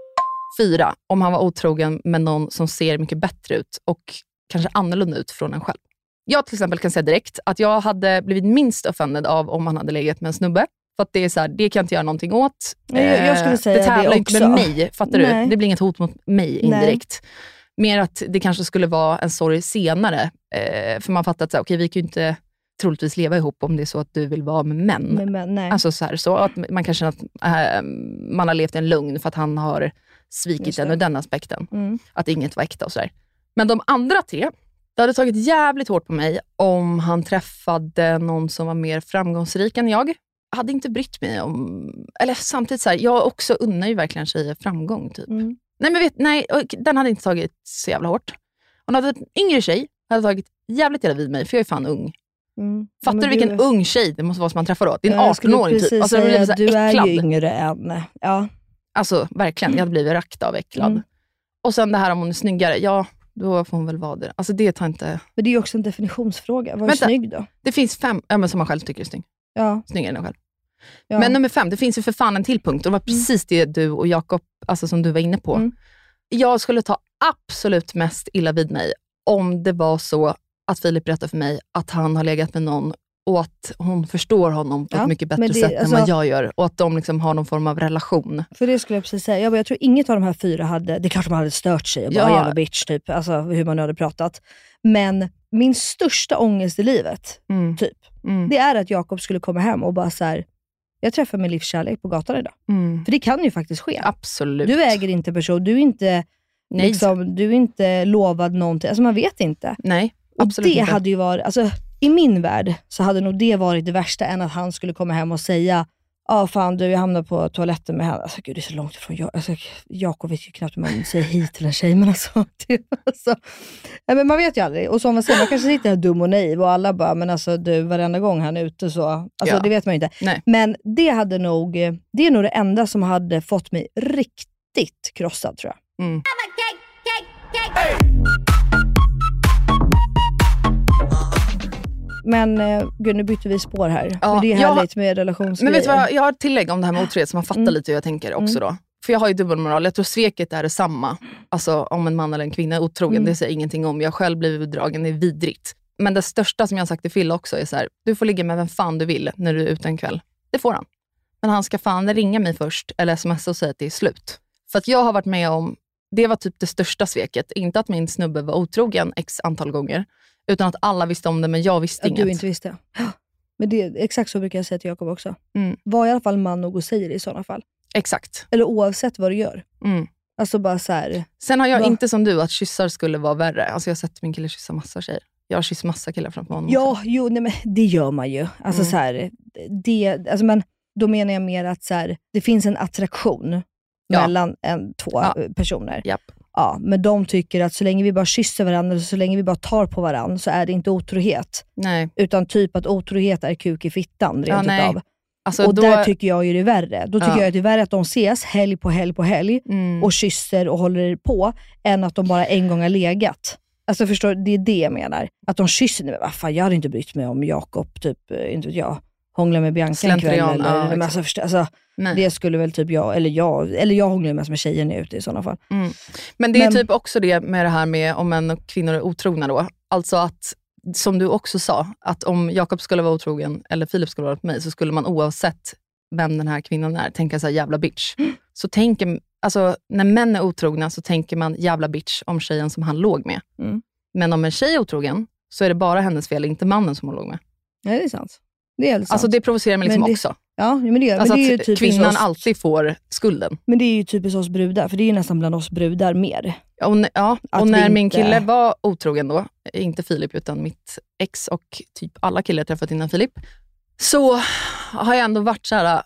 Fyra, om han var otrogen med någon som ser mycket bättre ut och kanske annorlunda ut från en själv. Jag till exempel kan säga direkt att jag hade blivit minst offended av om han hade legat med en snubbe. För att det är så här, det kan jag inte göra någonting åt. Nej, jag- jag skulle säga det tävlar det inte med också. mig, fattar Nej. du? Det blir inget hot mot mig indirekt. Mer att det kanske skulle vara en sorg senare. Eh, för man fattar att så här, okej, vi kan ju inte troligtvis leva ihop om det är så att du vill vara med män. Men, men, nej. Alltså så, här, så att man kan känna att äh, man har levt i en lögn för att han har Just svikit det. den ur den aspekten. Mm. Att inget var äkta och sådär. Men de andra tre, det hade tagit jävligt hårt på mig om han träffade någon som var mer framgångsrik än jag. Jag hade inte brytt mig om... Eller samtidigt så här, jag också unnar ju verkligen tjejer framgång typ. Mm. Nej men vet, nej, och den hade inte tagit så jävla hårt. Hon hade en yngre tjej, hade tagit jävligt jävla vid mig, för jag är fan ung. Mm. Fattar Ja, du vilken du... ung tjej det måste vara som man träffar då? Det är en Ja, jag skulle arton-åring precis typ. Alltså, jag säga blev så att här du är äcklad. ju yngre än... Ja. Alltså verkligen, jag hade blivit rakt av äcklad. Mm. Och sen det här om hon är snyggare, ja då får hon väl vara det. Alltså det tar inte... Men det är ju också en definitionsfråga. Vad är Vänta. snygg då? Det finns fem, ja men som man själv tycker är snygg. Ja. Snyggare än en själv. ja. Men nummer fem, det finns ju för fan en till punkt. Och det var precis det du och Jakob, alltså som du var inne på. Mm. Jag skulle ta absolut mest illa vid mig om det var så att Filip berättade för mig att han har legat med någon och att hon förstår honom på Ja, ett mycket bättre men det- sätt alltså- än vad jag gör. Och att de liksom har någon form av relation. För det skulle jag precis säga. Jag, bara, jag tror inget av de här fyra hade... Det är klart de hade stört sig och bara Ja. jävla bitch typ. Alltså hur man nu hade pratat. Men min största ångest i livet, Mm. typ, Mm. det är att Jakob skulle komma hem och bara så här: jag träffar min livskärlek på gatan idag. Mm. För det kan ju faktiskt ske. Absolut. Du äger inte person, du är inte, Nej. liksom, du är inte lovad någonting. Alltså man vet inte. Nej, Och absolut det inte. hade ju varit, alltså i min värld så hade nog det varit det värsta, än att han skulle komma hem och säga: ja ah, fan du, jag hamnade på toaletten med henne. Alltså gud, det är så långt ifrån. Jag, alltså, Jakob vet ju knappt hur man säger hit till en tjej, men alltså, det, alltså nej, men man vet ju aldrig. Och som man säger, man kanske sitter här dum och naiv och alla bara, men alltså du, varenda gång han är ute så, alltså Ja. det vet man ju inte. Nej. Men det hade nog, det är nog det enda som hade fått mig riktigt krossad, tror jag. Mm. Men eh, gud, nu byter vi spår här. Ja, men det är jag- härligt med relationsgrejer. Men vet du vad, jag har ett tillägg om det här med otrohet som man fattar Mm. lite hur jag tänker också då. För jag har ju dubbelmoral, jag tror sveket är detsamma. Alltså om en man eller en kvinna är otrogen, Mm. det säger ingenting om. Jag själv blivit bedragen, det är vidrigt. Men det största som jag har sagt till Fille också är så här: du får ligga med vem fan du vill när du är ute en kväll. Det får han. Men han ska fan ringa mig först eller smsa och säga att det är slut. För att jag har varit med om, det var typ det största sveket. Inte att min snubbe var otrogen x antal gånger, utan att alla visste om det men jag visste Att inget. du inte visste. Ja. Men det, exakt så brukar jag säga till Jakob också. Mm. Var i alla fall man nog och säger det i sådana fall. Exakt. Eller oavsett vad du gör. Mm. Alltså bara så här. Sen har jag Va? inte som du att kyssar skulle vara värre. Alltså jag har sett min kille kyssa massa tjejer. Jag har kysst massa killar framför honom. Ja, också. jo, nej, men det gör man ju. Alltså Mm. så här, det, alltså, men då menar jag mer att så här, det finns en attraktion Ja. mellan en, två Ja. personer. Japp. Ja, men de tycker att så länge vi bara kysser varandra, så länge vi bara tar på varandra, så är det inte otrohet. Nej. Utan typ att otrohet är kuk i fittan, rent Ja, nej. utav. Alltså Och då... där tycker jag ju det är värre. Då tycker Ja. jag att det är värre att de ses helg på helg på helg mm. och kysser och håller på, än att de bara en gång har legat. Alltså förstår du, det är det jag menar. Att de kysser, nej, men vad fan, jag hade inte brytt mig om Jakob, typ, eh, inte vet jag, hånglar med Bianca en kväll. Slentrian, Eller, ja, eller, men exakt. alltså, förstå, alltså, Nej. det skulle väl typ jag, eller jag, eller jag hånglar mest med tjejer när jag är ute i sådana fall. Mm. Men det är Men- typ också det med det här med om män och kvinnor är otrogna då. Alltså att som du också sa, att om Jakob skulle vara otrogen eller Filip skulle vara på mig, så skulle man oavsett vem den här kvinnan är tänka så här, jävla bitch. Mm. Så tänker, alltså när män är otrogna så tänker man jävla bitch om tjejen som han låg med. Mm. Men om en tjej är otrogen så är det bara hennes fel, inte mannen som hon låg med. Ja, det är sant. Det är sant. Alltså det provocerar mig liksom det, också. Ja, men det, alltså men det är ju att typ kvinnan oss, alltid får skulden. Men det är ju typiskt oss brudar, för det är ju nästan bland oss brudar mer. Ja, och, ja, och när min inte... kille var otrogen då, inte Filip utan mitt ex och typ alla killar jag träffat innan Filip, så har jag ändå varit så här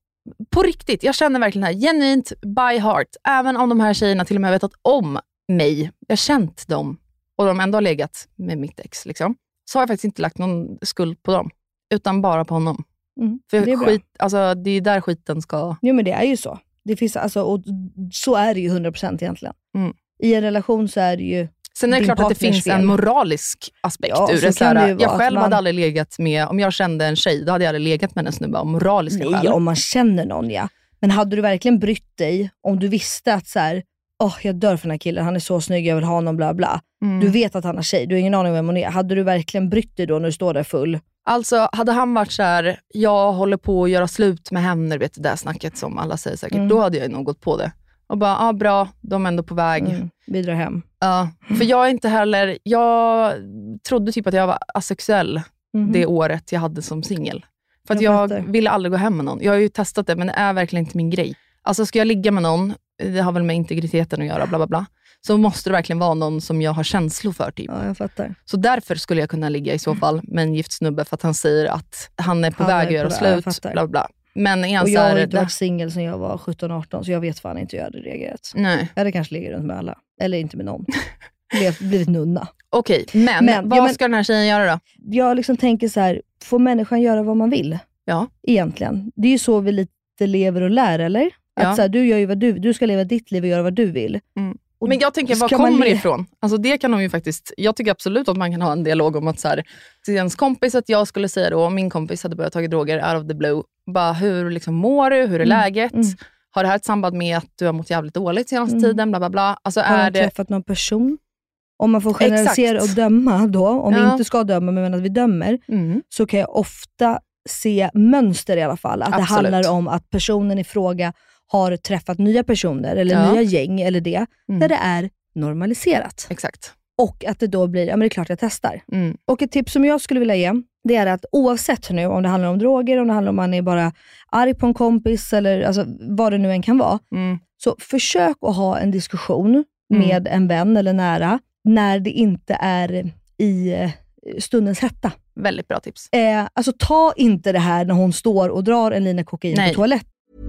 på riktigt. Jag känner verkligen här genuint by heart, även om de här tjejerna till och med har vetat om mig. Jag har känt dem och de ändå har legat med mitt ex liksom. Så har jag faktiskt inte lagt någon skuld på dem, utan bara på honom. Mm, för det är, skit, alltså, det är där skiten ska... Jo, men det är ju så. Det finns, alltså, och så är det ju hundra procent egentligen. Mm. I en relation så är det ju... Sen är det klart att det finns fel. En moralisk aspekt ja, ur det. Så det jag själv man... hade aldrig legat med... Om jag kände en tjej, då hade jag aldrig legat med en snubbe av moraliska Nej, skäl. Ja, om man känner någon, ja. Men hade du verkligen brytt dig om du visste att så här... Åh, oh, jag dör för den här killen, han är så snygg, jag vill ha honom, bla bla. Mm. Du vet att han har tjej, du har ingen aning om vem hon är. Hade du verkligen brytt dig då när du står där full? Alltså, hade han varit så här, jag håller på att göra slut med henne, vet du, det där snacket som alla säger säkert, mm. då hade jag nog gått på det. Och bara, ja ah, bra, de är ändå på väg. Mm. Vi drar hem. Ja, uh, för jag är inte heller, jag trodde typ att jag var asexuell mm. det året jag hade som singel. För att jag, jag ville aldrig gå hem med någon. Jag har ju testat det, men det är verkligen inte min grej. Alltså ska jag ligga med någon, det har väl med integriteten att göra, bla bla bla, så måste det verkligen vara någon som jag har känslor för typ. Ja, jag fattar. Så därför skulle jag kunna ligga i så fall med en gift snubbe, för att han säger att han är på han väg att göra slut, bla bla bla. Men är och jag har ju inte det... varit singel sedan jag var sjutton arton, så jag vet fan inte hur jag hade reagerat. Nej. Jag hade kanske ligger runt med alla, eller inte med någon. Blivit, blivit nunna. Okej, okay, men, men vad ja, men, ska den här tjejen göra då? Jag liksom tänker så här, får människan göra vad man vill? Ja. Egentligen. Det är ju så vi lite lever och lär, eller? Att ja. så här, du gör ju vad du, du ska leva ditt liv och göra vad du vill. Mm. Men jag tänker, var kommer det ifrån? Alltså det kan de ju faktiskt, jag tycker absolut att man kan ha en dialog om att så här, till ens kompis, att jag skulle säga då, om min kompis hade börjat ta droger out of the blue, bara hur liksom mår du, hur är mm. läget? Mm. Har det här ett samband med att du har mått jävligt dåligt senaste mm. tiden, bla bla bla. Alltså, har är du det... träffat någon person? Om man får generalisera Exakt. Och döma då, om ja. vi inte ska döma men att vi dömer, mm. så kan jag ofta se mönster i alla fall. Att absolut. Det handlar om att personen i fråga har träffat nya personer eller ja. nya gäng eller det, mm. där det är normaliserat. Exakt. Och att det då blir, ja men det är klart jag testar. Mm. Och ett tips som jag skulle vilja ge, det är att oavsett nu om det handlar om droger, om det handlar om man är bara arg på en kompis eller alltså, vad det nu än kan vara, mm. så försök att ha en diskussion mm. med en vän eller nära när det inte är i stundens hetta. Väldigt bra tips. Eh, alltså ta inte det här när hon står och drar en lina kokain Nej. på toalett.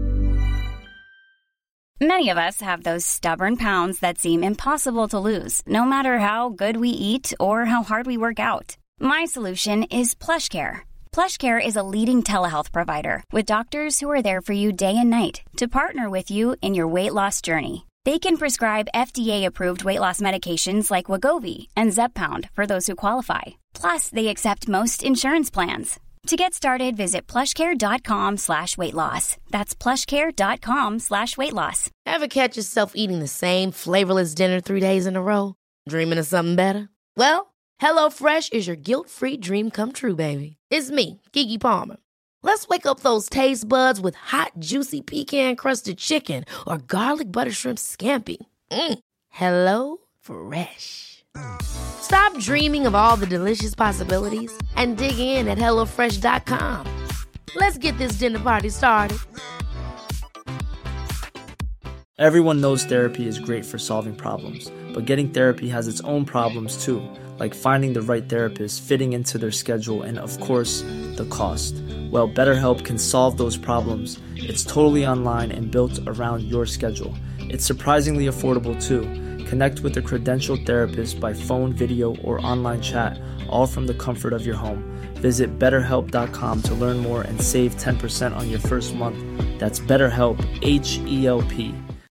Many of us have those stubborn pounds that seem impossible to lose, no matter how good we eat or how hard we work out. My solution is PlushCare. PlushCare is a leading telehealth provider with doctors who are there for you day and night to partner with you in your weight loss journey. They can prescribe F D A-approved weight loss medications like Wegovy and Zepbound for those who qualify. Plus, they accept most insurance plans. To get started, visit plushcare.com slash weight loss. That's plushcare.com slash weight loss. Ever catch yourself eating the same flavorless dinner three days in a row? Dreaming of something better? Well, HelloFresh is your guilt-free dream come true, baby. It's me, Keke Palmer. Let's wake up those taste buds with hot, juicy pecan-crusted chicken or garlic butter shrimp scampi. Mm. Hello Fresh. Stop dreaming of all the delicious possibilities and dig in at hello fresh dot com. Let's get this dinner party started. Everyone knows therapy is great for solving problems, but getting therapy has its own problems too, like finding the right therapist, fitting into their schedule, and of course, the cost. Well, BetterHelp can solve those problems. It's totally online and built around your schedule. It's surprisingly affordable too. Connect with a credentialed therapist by phone, video, or online chat, all from the comfort of your home. Visit better help dot com to learn more and save ten percent on your first month. That's BetterHelp, H E L P.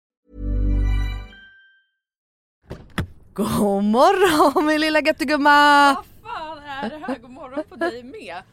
God morgon, min lilla göttegumma! Vad fan är det här? God morgon på dig med.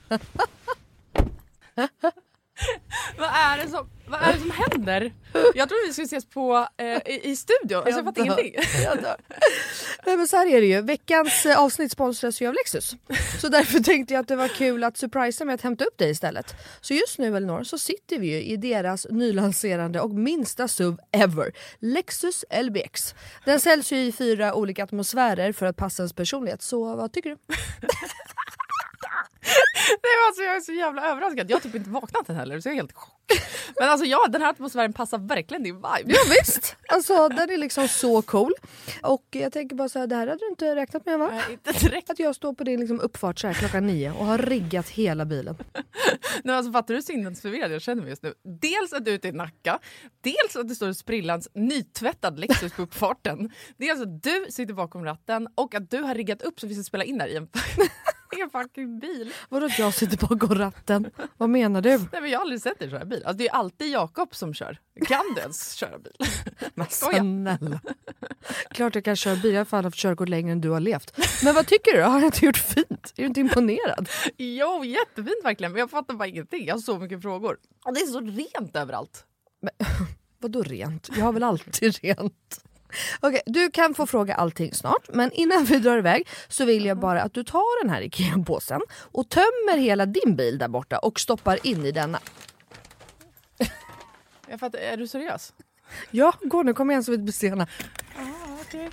Vad är det som, vad är det som händer? Jag tror vi skulle ses på eh, i, i studion. Alltså, jag, jag fattar ingenting. Jag dör. Nej, men så här är det ju. Veckans eh, avsnitt sponsras ju av Lexus. Så därför tänkte jag att det var kul att surprisa med att hämta upp dig istället. Så just nu, Elinor, så sitter vi ju i deras nylanserande och minsta S U V ever. Lexus L B X. Den säljs ju i fyra olika atmosfärer för att passa ens personlighet. Så vad tycker du? Nej, alltså jag är så jävla överraskad. Jag har typ inte vaknat än heller, så jag är helt chock. Men alltså ja, den här atmosfären passar verkligen din vibe. Ja visst, alltså den är liksom så cool. Och jag tänker bara så här, det här hade du inte räknat med, va? Nej, inte direkt. Att jag står på din liksom uppfart så här klockan nio och har riggat hela bilen. Nej, alltså fattar du sinnesförvirrad jag känner mig just nu? Dels att du är ute i Nacka, dels att det står sprillans nytvättad Lexus på uppfarten. Dels att du sitter bakom ratten och att du har riggat upp så vi ska spela in här i en... en fucking bil. Vadå att jag sitter bakom ratten? Vad menar du? Nej, men jag har aldrig sett dig köra bil. Alltså, det är alltid Jakob som kör. Kan du ens köra bil? Men snälla. Klart jag kan köra bil. Jag har fan haft körkort längre än du har levt. Men vad tycker du? Har jag inte gjort fint? Är du inte imponerad? Jo, jättefint verkligen. Men jag fattar bara ingenting. Jag har så mycket frågor. Och det är så rent överallt. Men, vadå rent? Jag har väl alltid rent. Okej, du kan få fråga allting snart. Men innan vi drar iväg så vill jag bara att du tar den här IKEA-påsen och tömmer hela din bil där borta och stoppar in i denna. Jag fattar, är du seriös? Ja, gå nu, kom igen så vi blir sena. Ah, okej.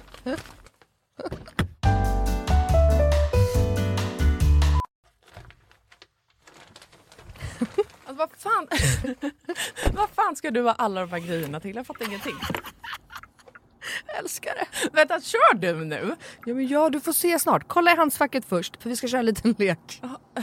Alltså vad fan vad fan ska du ha alla de här grejerna till? Jag fattar ingenting. Jag älskar det. Vänta, kör du nu? Ja, men ja, du får se snart. Kolla i handskfacket först, för vi ska köra en liten lek.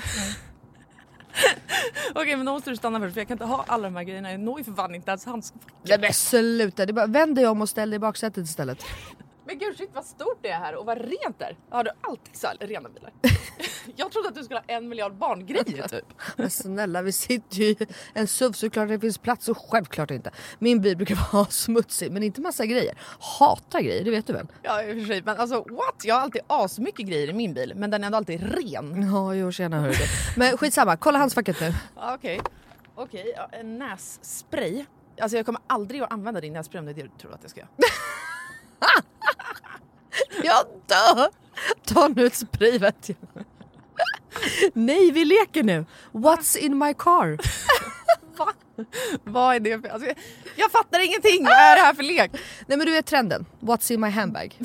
Okej, men då måste du stanna först, för jag kan inte ha alla de här grejerna. Jag når ju för fan inte ens handskfacket. Ja, men sluta, det är bara vänd dig om och ställ dig i baksätet istället. Men gud, shit, vad stort det är här och vad rent det är. Har du alltid så här rena bilar? Jag trodde att du skulle ha en miljard barngrejer typ. Men snälla, vi sitter ju i en S U V, så klart det finns plats, och självklart inte. Min bil brukar vara smutsig, men inte massa grejer. Hatar grejer, det vet du väl? Ja, i och för sig, men alltså what? Jag har alltid asmycket grejer i min bil, men den är ändå alltid ren. Ja, jo, tjena, hör du. Men skitsamma, kolla handskfacket nu. Ja, okej. Okej, ja, en nässpray. Alltså jag kommer aldrig att använda din nässpray om det är det du tror att jag ska göra. Jag dör! Ta nu ett spray, vet jag. Nej, vi leker nu. What's in my car? Va? Vad är det för... Alltså, jag, jag fattar ingenting. Vad är det här för lek? Nej, men du vet trenden. What's in my handbag?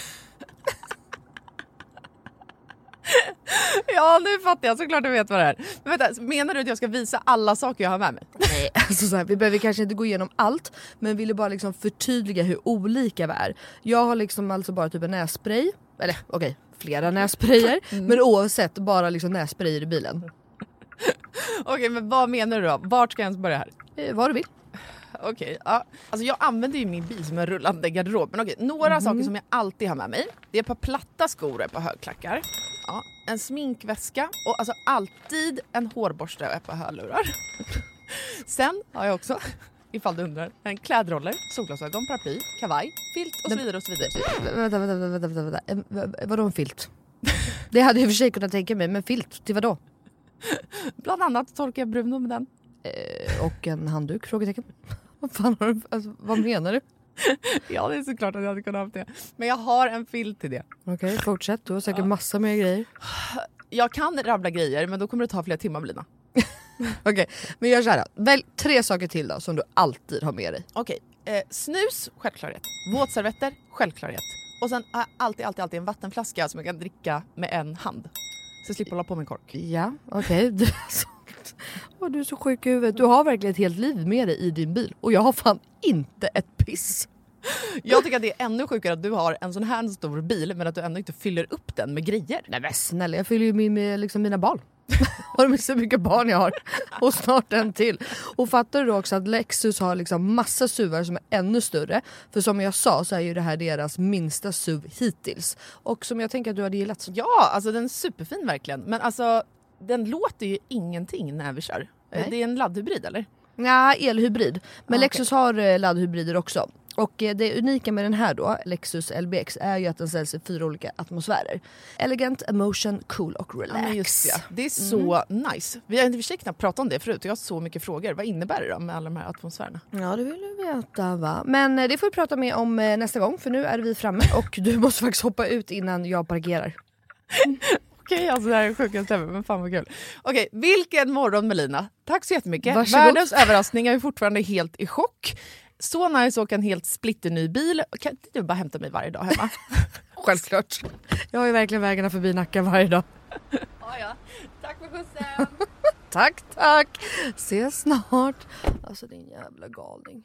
Ja, nu fattar jag. Såklart du vet vad det är. Men vänta, menar du att jag ska visa alla saker jag har med mig? Nej, alltså så här, vi behöver kanske inte gå igenom allt, men ville bara liksom förtydliga hur olika vi är. Jag har liksom alltså bara typ en nässpray. Eller okej, okay, flera nässprayer. Mm. Men oavsett, bara liksom nässprayer i bilen. Okej, okay, men vad menar du då? Vart ska jag ens börja här? Eh, vad du vill. Okej, okay, ja. Alltså jag använder ju min bil som en rullande garderob. Men okej, okay, några mm. saker som jag alltid har med mig. Det är ett par platta skor och ett par högklackar. Ja, en sminkväska och alltså alltid en hårborste och ett par hörlurar. Sen har jag också, ifall du undrar, en klädroller, solglasögon, paraply, kavaj, filt och så vidare och så vidare. Vänta, vänta, vänta, vänta, vänta. Vadå en filt? Det hade jag i och för sig kunnat tänka mig, men filt, till vadå? Bland annat torkar jag Bruno med den. Eh, och en handduk, frågetecken. Vad fan har du, alltså, vad menar du? Ja, det är såklart att jag hade kunnat ha det. Men jag har en filt till det. Okej, okay, fortsätt. Du har säkert ja. massa mer grejer. Jag kan rabbla grejer, men då kommer det ta flera timmar, Blina. Okej, okay, men gör så här då. Välj tre saker till då som du alltid har med dig. Okej, okay. eh, snus, självklarhet. Våtservetter, självklarhet. Och sen har jag alltid, alltid, alltid en vattenflaska som jag kan dricka med en hand. Så jag slipper hålla på med en kork. Ja, okej. Okay. Oh, du är så sjuk i huvudet. Du har verkligen ett helt liv med dig i din bil. Och jag har fan inte ett piss. Jag tycker att det är ännu sjukare att du har en sån här stor bil, men att du ändå inte fyller upp den med grejer. Nej men snälla, jag fyller ju min, med liksom mina barn. Har du så mycket barn jag har? Och snart en till. Och fattar du också att Lexus har liksom massa S U V:ar som är ännu större. För som jag sa så är ju det här deras minsta S U V hittills. Och som jag tänker att du hade gillat. Ja, alltså den är superfin verkligen. Men alltså, den låter ju ingenting när vi kör. Nej. Det är en laddhybrid eller? Ja, elhybrid. Men ah, Lexus okay. har laddhybrider också. Och det unika med den här då, Lexus L B X, är ju att den säljs i fyra olika atmosfärer. Elegant, emotion, cool och relax. Ja, men just det. Det är så mm. nice. Vi har inte knappt pratat om det förut och jag har så mycket frågor. Vad innebär det då med alla de här atmosfärerna? Ja, det vill du veta, va? Men det får vi prata med om nästa gång, för nu är vi framme och du måste faktiskt hoppa ut innan jag parkerar. Okej, okay, alltså det här är sjukaste ever, men fan vad kul. Okej, okay, vilken morgon Melina. Tack så jättemycket. Varsågod. Världens överraskning, jag är fortfarande helt i chock. Så nice att åka en helt splitterny bil. Kan inte du bara hämta mig varje dag hemma? Självklart. Jag har ju verkligen vägarna förbi Nacka varje dag. Ja, ja. Tack för skjutsen. Tack, tack. Ses snart. Alltså din jävla galning.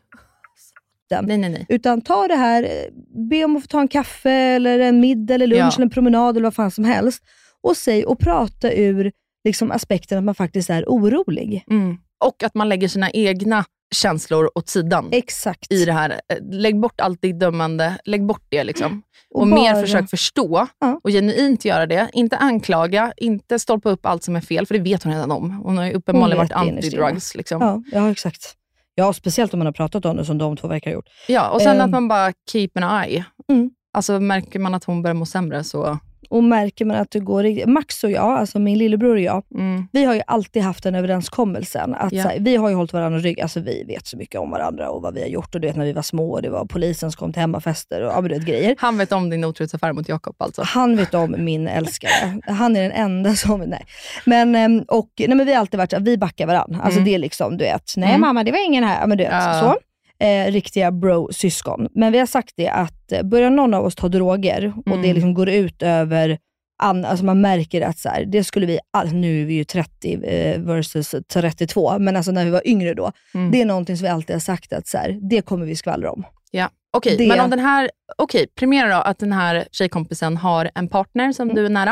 Nej, nej, nej. Utan ta det här, be om att få ta en kaffe eller en middag eller lunch ja. eller en promenad eller vad fan som helst. Och säg och prata ur liksom aspekten att man faktiskt är orolig. Mm. Och att man lägger sina egna känslor åt sidan. Exakt. I det här. Lägg bort allt det dömande. Lägg bort det liksom. Och, och bara, mer försök förstå. Ja. Och genuint göra det. Inte anklaga. Inte stolpa upp allt som är fel. För det vet hon redan om. Hon har ju uppenbarligen varit anti-drugs. Liksom. Ja, ja, exakt. Ja, speciellt om man har pratat om det som de två verkar ha gjort. Ja, och sen um, att man bara keep an eye. Mm. Alltså märker man att hon börjar må sämre så... Och märker man att det går riktigt... Max och jag, alltså min lillebror och jag, mm. vi har ju alltid haft en överenskommelsen. Att yeah. så här, vi har ju hållit varandra rygg. Alltså vi vet så mycket om varandra och vad vi har gjort. Och du vet när vi var små och det var polisen som kom till hemmafester och ja, vet, grejer. Han vet om din otrohetsaffär mot Jakob alltså? Han vet om min älskare. Han är den enda som... Nej. Men, och, nej, men vi har alltid varit vi backar varandra. Alltså mm. det är liksom, du vet, nej mm. mamma det var ingen här. Men du vet, uh. så. Eh, riktiga bro-syskon. Men vi har sagt det att eh, börjar någon av oss ta droger och mm. det liksom går ut över an, alltså man märker att så här, det skulle vi all, nu är vi ju trettio eh, versus trettiotvå, men alltså när vi var yngre då mm. det är någonting som vi alltid har sagt att så här, det kommer vi skvallra om. Ja, okej, okay, men om den här okej, okay, primera då att den här tjejkompisen har en partner som mm. du är nära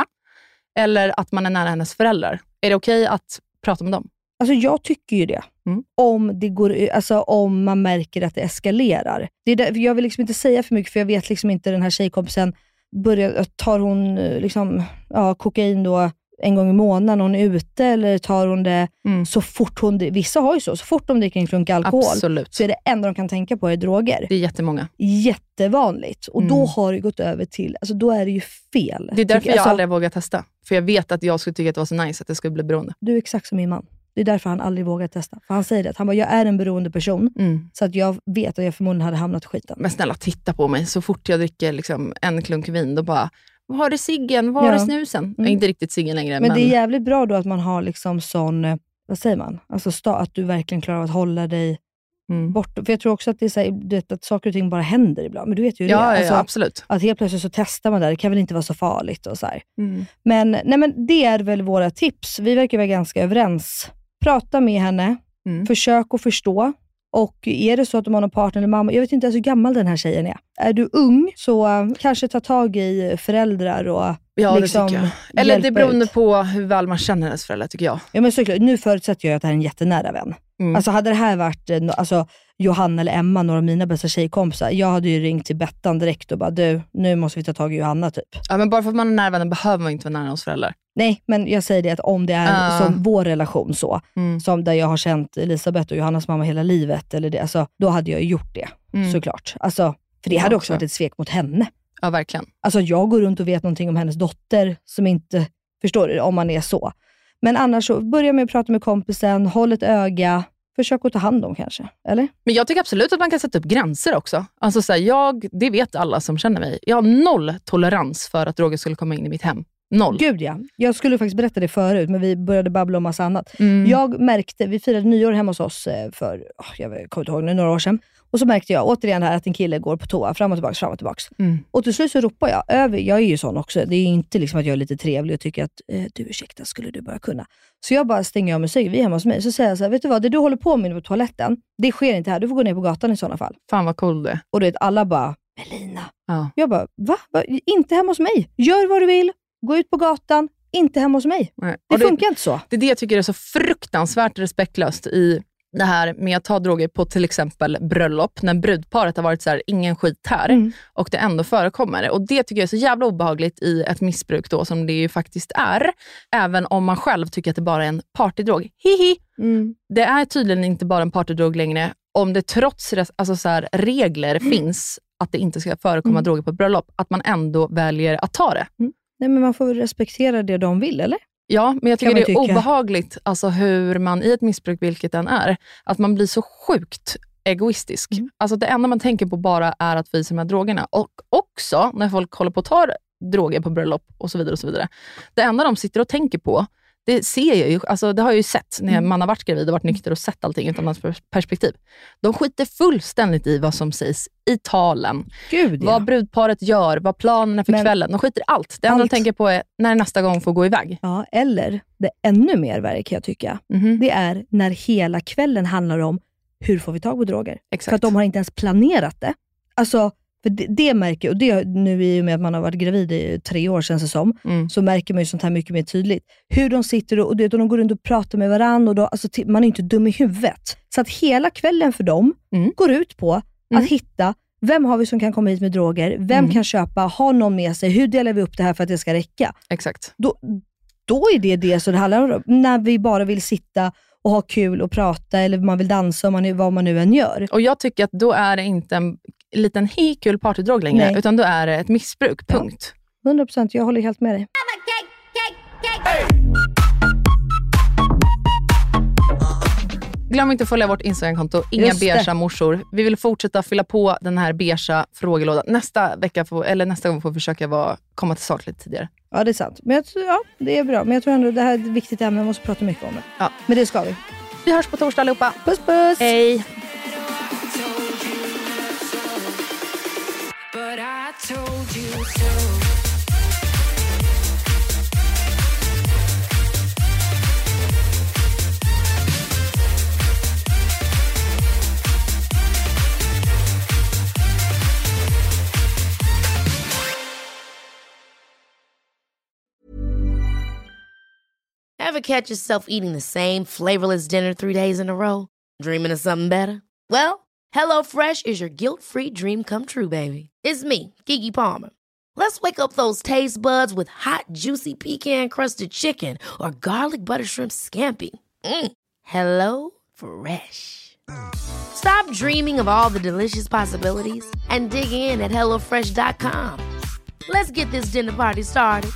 eller att man är nära hennes föräldrar. Är det okej okay att prata med dem? Alltså jag tycker ju det. Mm. Om det går, alltså om man märker att det eskalerar. Det är där, jag vill liksom inte säga för mycket för jag vet liksom inte den här tjejkompisen börjar, tar hon liksom ja, kokain då en gång i månaden när hon är ute eller tar hon det mm. så fort hon, vissa har ju så, så fort de dricker en klunk alkohol Absolut. Så är det enda de kan tänka på är droger. Det är jättemånga. Jättevanligt. Och mm. då har det gått över till, alltså då är det ju fel. Det är därför jag, jag alltså, aldrig vågar testa. För jag vet att jag skulle tycka att det var så nice att det skulle bli beroende. Du är exakt som min man. Det är därför han aldrig vågar testa. För han säger det. Han bara, jag är en beroende person. Mm. Så att jag vet att jag förmodligen hade hamnat i skiten. Men snälla, titta på mig. Så fort jag dricker liksom en klunk vin, då bara, vad har du ciggen? Vad har ja. du snusen? Mm. Jag är inte riktigt ciggen längre. Men, men det är jävligt bra då att man har liksom sån, vad säger man? Alltså sta, att du verkligen klarar av att hålla dig mm. bort. För jag tror också att det är så här, du vet, att saker och ting bara händer ibland. Men du vet ju ja, det. Alltså, ja, absolut. Att helt plötsligt så testar man där. Det kan väl inte vara så farligt och så här. Mm. Men, nej, men det är väl våra tips. Vi verkar vara ganska överens. Prata med henne. Mm. Försök att förstå. Och är det så att de har någon partner eller mamma, jag vet inte ens hur gammal den här tjejen är. Är du ung så uh, kanske ta tag i föräldrar och ja, liksom det tycker jag. Eller det beror på hur väl man känner hennes föräldrar tycker jag. Ja men såklart, nu förutsätter jag att det här är en jättenära vän. Mm. Alltså hade det här varit alltså, Johanna eller Emma, några av mina bästa tjejkompisar, jag hade ju ringt till Bettan direkt och bara du, nu måste vi ta tag i Johanna typ. Ja men bara för att man är nära vänner behöver man inte vara nära hos föräldrar. Nej, men jag säger det att om det är uh. som vår relation så, mm. som där jag har känt Elisabeth och Johannas mamma hela livet, eller det, alltså, då hade jag gjort det, mm. såklart. Alltså, för det jag hade också varit ett svek mot henne. Ja, verkligen. Alltså jag går runt och vet någonting om hennes dotter som inte, förstår du, om man är så. Men annars så, börja med att prata med kompisen, håll ett öga, försök att ta hand om kanske, eller? Men jag tycker absolut att man kan sätta upp gränser också. Alltså så här, jag, det vet alla som känner mig. Jag har noll tolerans för att droger skulle komma in i mitt hem. Noll. Gud ja. Jag skulle faktiskt berätta det förut, men vi började babbla om massa annat. Mm. Jag märkte, vi firade nyår hemma hos oss för, oh, jag kommer inte ihåg nu, några år sedan. Och så märkte jag återigen här att en kille går på toa, fram och tillbaka, fram och tillbaka. Mm. Och till slut så ropar jag över, jag är ju sån också. Det är inte liksom att jag är lite trevlig och tycker att, eh, du ursäkta, skulle du bara kunna. Så jag bara stänger av musik, vi är hemma hos mig. Så säger jag så här, vet du vad, det du håller på med på toaletten, det sker inte här, du får gå ner på gatan i sådana fall. Fan vad cool det. Och du vet, alla bara, Melina. Ja. Jag bara, va? va? Inte hemma hos mig. Gör vad du vill. Gå ut på gatan, inte hemma hos mig. Nej. Det, det funkar inte så. Det är det jag tycker är så fruktansvärt respektlöst i det här med att ta droger på till exempel bröllop. När brudparet har varit så här, ingen skit här. Mm. Och det ändå förekommer. Och det tycker jag är så jävla obehagligt i ett missbruk då, som det ju faktiskt är. Även om man själv tycker att det bara är en partydrog. Hihi! Mm. Det är tydligen inte bara en partydrog längre. om det trots alltså så här, regler mm. finns att det inte ska förekomma mm. droger på ett bröllop, att man ändå väljer att ta det. Mm. Nej, men man får väl respektera det de vill, eller? Ja, men jag tycker det är tycka. obehagligt alltså hur man i ett missbruk, vilket den är, att man blir så sjukt egoistisk. Mm. Alltså det enda man tänker på bara är att visa de här drogerna. Och också när folk håller på att ta droger på bröllop och så vidare och så vidare. Det enda de sitter och tänker på, det ser jag ju, alltså det har jag ju sett när man har varit gravid och varit nykter och sett allting utan hans perspektiv. De skiter fullständigt i vad som sägs i talen. Gud, ja. Vad brudparet gör, vad planen är för Men, kvällen. De skiter i allt. Det enda de tänker på är när nästa gång får gå iväg. Ja, eller det ännu mer värre kan jag tycka. Mm-hmm. Det är när hela kvällen handlar om hur får vi tag på droger. Exakt. För att de har inte ens planerat det. Alltså, för det, det märker, och det nu i och med att man har varit gravid i tre år sedan som, mm. så märker man ju sånt här mycket mer tydligt. Hur de sitter och, och, och de går runt och pratar med varandra och då, alltså, man är inte dum i huvudet. Så att hela kvällen för dem mm. går ut på mm. att hitta, vem har vi som kan komma hit med droger? Vem mm. kan köpa? Har någon med sig? Hur delar vi upp det här för att det ska räcka? Exakt. Då, då är det det som det handlar om. När vi bara vill sitta och ha kul och prata, eller man vill dansa, och man, vad man nu än gör. Och jag tycker att då är det inte en liten hej-kul partydrog längre, Nej. utan då är det ett missbruk, punkt. Ja, hundra procent, jag håller helt med dig. Glöm inte att följa vårt Instagram-konto, Inga Beige morsor. Vi vill fortsätta fylla på den här beige frågelådan. Nästa vecka, får, eller nästa gång får vi försöka vara, komma till sak lite tidigare. Ja, det är sant. Men jag tror, ja, det är bra. Men jag tror ändå det här är ett viktigt ämne. Vi måste prata mycket om det. Ja. Men det ska vi. Vi hörs på torsdag allihopa. Puss, puss! Hej! Ever catch yourself eating the same flavorless dinner three days in a row? Dreaming of something better? Well, HelloFresh is your guilt-free dream come true, baby. It's me, Keke Palmer. Let's wake up those taste buds with hot, juicy pecan-crusted chicken or garlic butter shrimp scampi. Mm. Hello Fresh. Stop dreaming of all the delicious possibilities and dig in at hello fresh dot com. Let's get this dinner party started.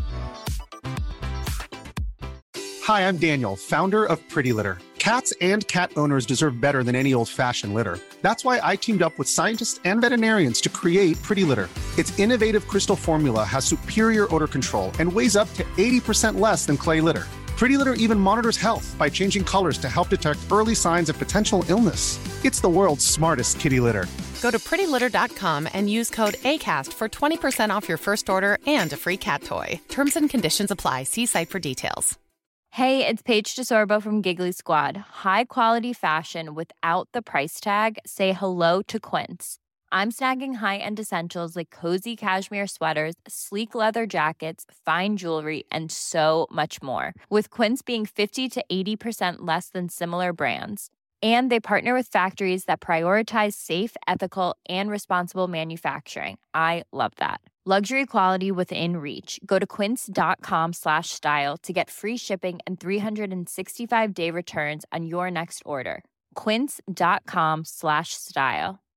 Hi, I'm Daniel, founder of Pretty Litter. Cats and cat owners deserve better than any old-fashioned litter. That's why I teamed up with scientists and veterinarians to create Pretty Litter. Its innovative crystal formula has superior odor control and weighs up to eighty percent less than clay litter. Pretty Litter even monitors health by changing colors to help detect early signs of potential illness. It's the world's smartest kitty litter. Go to pretty litter dot com and use code ACAST for twenty percent off your first order and a free cat toy. Terms and conditions apply. See site for details. Hey, it's Paige DeSorbo from Giggly Squad. High quality fashion without the price tag. Say hello to Quince. I'm snagging high-end essentials like cozy cashmere sweaters, sleek leather jackets, fine jewelry, and so much more. With Quince being fifty to eighty percent less than similar brands. And they partner with factories that prioritize safe, ethical, and responsible manufacturing. I love that. Luxury quality within reach. Go to quince dot com slash style to get free shipping and three sixty-five day returns on your next order. quince dot com slash style.